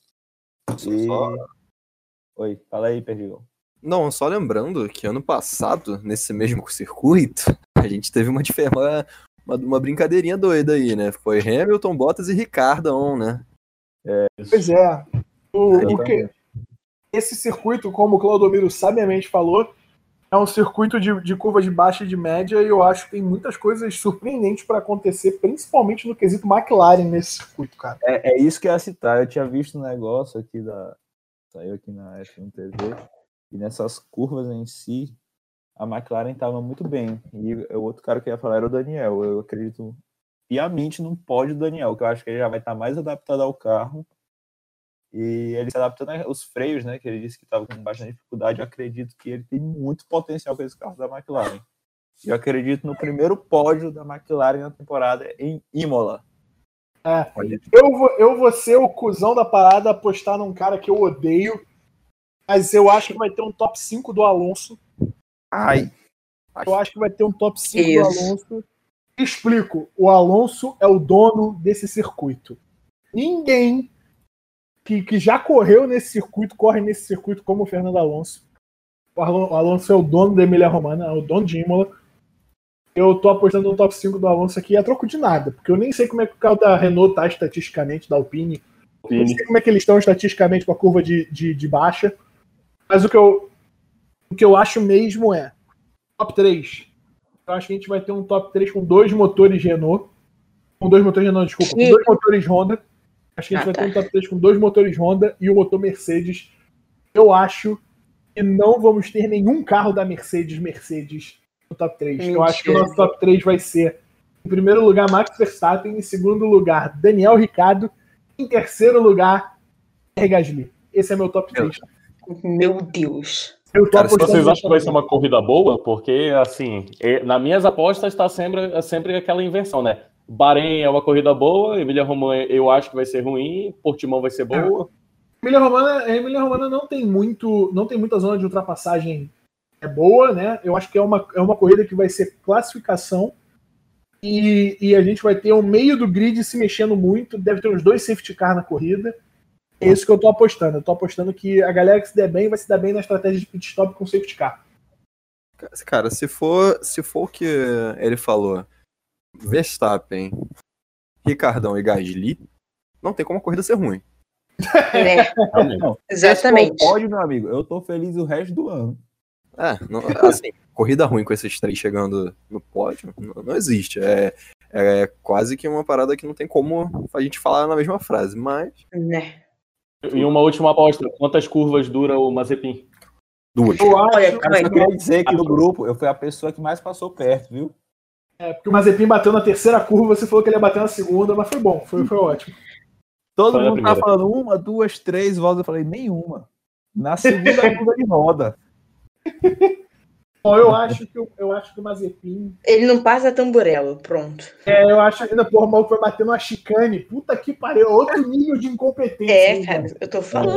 Oi, fala aí, Perdigão. Não, só lembrando que ano passado, nesse mesmo circuito, a gente teve uma brincadeirinha doida aí, né? Foi Hamilton, Bottas e Ricciardo, né? Pois é. Porque esse circuito, como o Claudomiro sabiamente falou, é um circuito de curva de baixa e de média, e eu acho que tem muitas coisas surpreendentes para acontecer, principalmente no quesito McLaren nesse circuito, cara. É isso que eu ia citar. Eu tinha visto um negócio aqui saiu aqui na F1 TV, e nessas curvas em si, a McLaren estava muito bem. E o outro cara que eu ia falar era o Daniel. Eu acredito piamente no pódio do Daniel, que eu acho que ele já vai estar mais adaptado ao carro. E ele se adaptando aos freios, né? Que ele disse que estava com bastante dificuldade. Eu acredito que ele tem muito potencial com esse carro da McLaren. E eu acredito no primeiro pódio da McLaren na temporada em Imola. Eu vou ser o cuzão da parada, apostar num cara que eu odeio, mas eu acho que vai ter um top 5 do Alonso. Eu acho que vai ter um top 5 do Alonso. Explico. O Alonso é o dono desse circuito. Ninguém que já correu nesse circuito corre nesse circuito como o Fernando Alonso. O Alonso é o dono da Emília-Romagna, é o dono de Imola. Eu tô apostando no top 5 do Alonso aqui a troco de nada, porque eu nem sei como é que o carro da Renault tá estatisticamente, da Alpine. Eu não sei como é que eles estão estatisticamente com a curva de baixa. Mas o que eu acho mesmo é top 3. Eu acho que a gente vai ter um top 3 com 2 motores Renault. Com 2 motores Renault, desculpa. Com 2 motores Honda. Acho que a gente vai ter um top 3 com 2 motores Honda e o motor Mercedes. Eu acho que não vamos ter nenhum carro da Mercedes no top 3. Mentira. Eu acho que o nosso top 3 vai ser, em primeiro lugar, Max Verstappen, em segundo lugar, Daniel Ricciardo, em terceiro lugar, Pierre Gasly. Esse é meu top 3. Meu Deus. Vocês acham que vai ser uma corrida boa? Porque, assim, nas minhas apostas está sempre aquela inversão, né? Bahrein é uma corrida boa, Emília-Romagna eu acho que vai ser ruim, Portimão vai ser boa. Emília-Romagna não tem muita zona de ultrapassagem boa, né? Eu acho que é uma corrida que vai ser classificação e a gente vai ter o meio do grid se mexendo muito, deve ter uns 2 safety car na corrida. É isso que eu tô apostando. Eu tô apostando que a galera que se der bem vai se dar bem na estratégia de pit stop com safety car. Cara, se for o que ele falou, Verstappen, Ricciardão e Gasly, não tem como a corrida ser ruim. Não, exatamente. Se pode, meu amigo, eu tô feliz o resto do ano. Assim, corrida ruim com esses 3 chegando no pódio, não existe. É quase que uma parada que não tem como a gente falar na mesma frase, mas... E uma última aposta, quantas curvas dura o Mazepin? 2. Eu queria dizer que no grupo eu fui a pessoa que mais passou perto, viu? Porque o Mazepin bateu na terceira curva, você falou que ele ia bater na segunda, mas foi bom, foi ótimo. Todo mundo tá falando 1, 2, 3 voltas, eu falei nenhuma. Na segunda curva de roda. Bom, eu acho que o Mazepin. Ele não passa Tamburello, pronto. Eu acho ainda, porra, o maluco vai bater numa chicane. Puta que pariu, outro nível de incompetência. Cara, eu tô falando.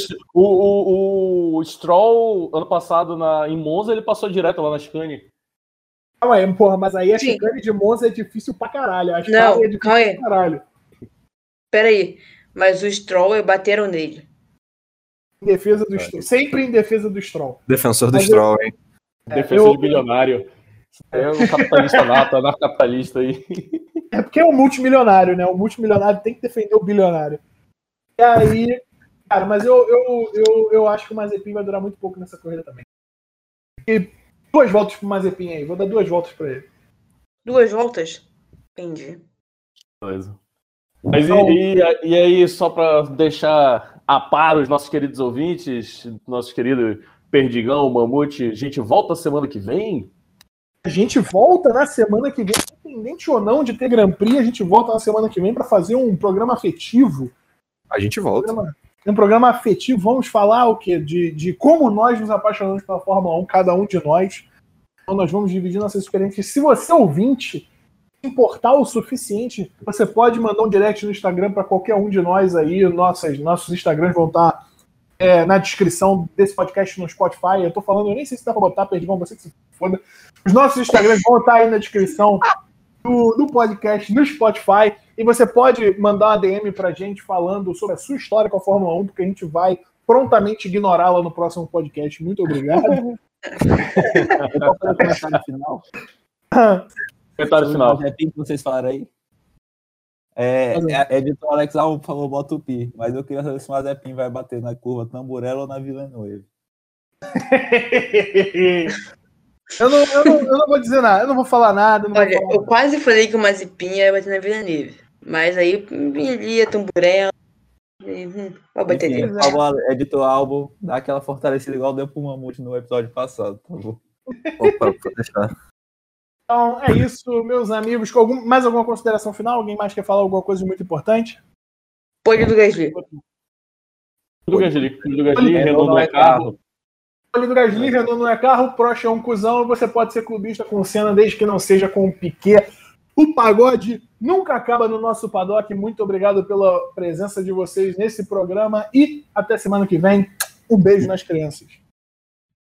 O Stroll, ano passado, em Monza, ele passou direto lá na chicane. Calma aí, porra, mas aí a Sim. chicane de Monza é difícil pra caralho. A Não, é difícil calma aí. pra caralho. Pera aí, mas o Stroll bateram nele. Em defesa do Stroll. Sempre em defesa do Stroll. Defensor do Mas Stroll, hein? Defensor de bilionário. É um capitalista nato, anarcapitalista aí. É porque é um multimilionário, né? O multimilionário tem que defender o bilionário. E aí, cara, mas eu acho que o Mazepin vai durar muito pouco nessa corrida também. E 2 voltas pro Mazepin aí. Vou dar 2 voltas pra ele. 2 voltas? Entendi. Beleza. Mas e aí, só para deixar a par os nossos queridos ouvintes, nosso querido Perdigão, Mamute, a gente volta semana que vem? A gente volta na semana que vem, independente ou não de ter Grand Prix, a gente volta na semana que vem para fazer um programa afetivo. A gente volta. Um programa afetivo. Vamos falar o quê? De como nós nos apaixonamos pela Fórmula 1, cada um de nós. Então nós vamos dividir nossas experiências. Se você ouvinte importar o suficiente, você pode mandar um direct no Instagram para qualquer um de nós aí. Nossos Instagrams vão estar na descrição desse podcast no Spotify. Eu tô falando, eu nem sei se dá pra botar, Perdigão, você que se foda. Os nossos Instagrams vão estar aí na descrição do podcast no Spotify. E você pode mandar uma DM pra gente falando sobre a sua história com a Fórmula 1, porque a gente vai prontamente ignorá-la no próximo podcast. Muito obrigado. Eu posso fazer um comentário final? Comentário final. Que vocês falaram aí. Editor Alex Alvo falou bota o pi, mas eu queria saber se o Mazepin vai bater na curva Tamburello ou na Villeneuve. Eu não vou dizer nada, eu não vou falar nada. Olha, eu quase falei que o Mazepin ia bater na Villeneuve, mas aí iria Tamburello. Vai bater Enfim, nele. por favor, Editor Alvo, dá aquela fortalecida igual deu pro Mamute no episódio passado, por favor. Opa, vou deixar. Então é isso, meus amigos. Mais alguma consideração final? Alguém mais quer falar alguma coisa muito importante? Pode do Gasly. Do Gasly, Renault não é carro. Olho do Gasly, Renault não é carro, Prost é um cuzão, você pode ser clubista com o Senna desde que não seja com o Piquet. O pagode nunca acaba no nosso paddock. Muito obrigado pela presença de vocês nesse programa e até semana que vem. Um beijo nas crianças.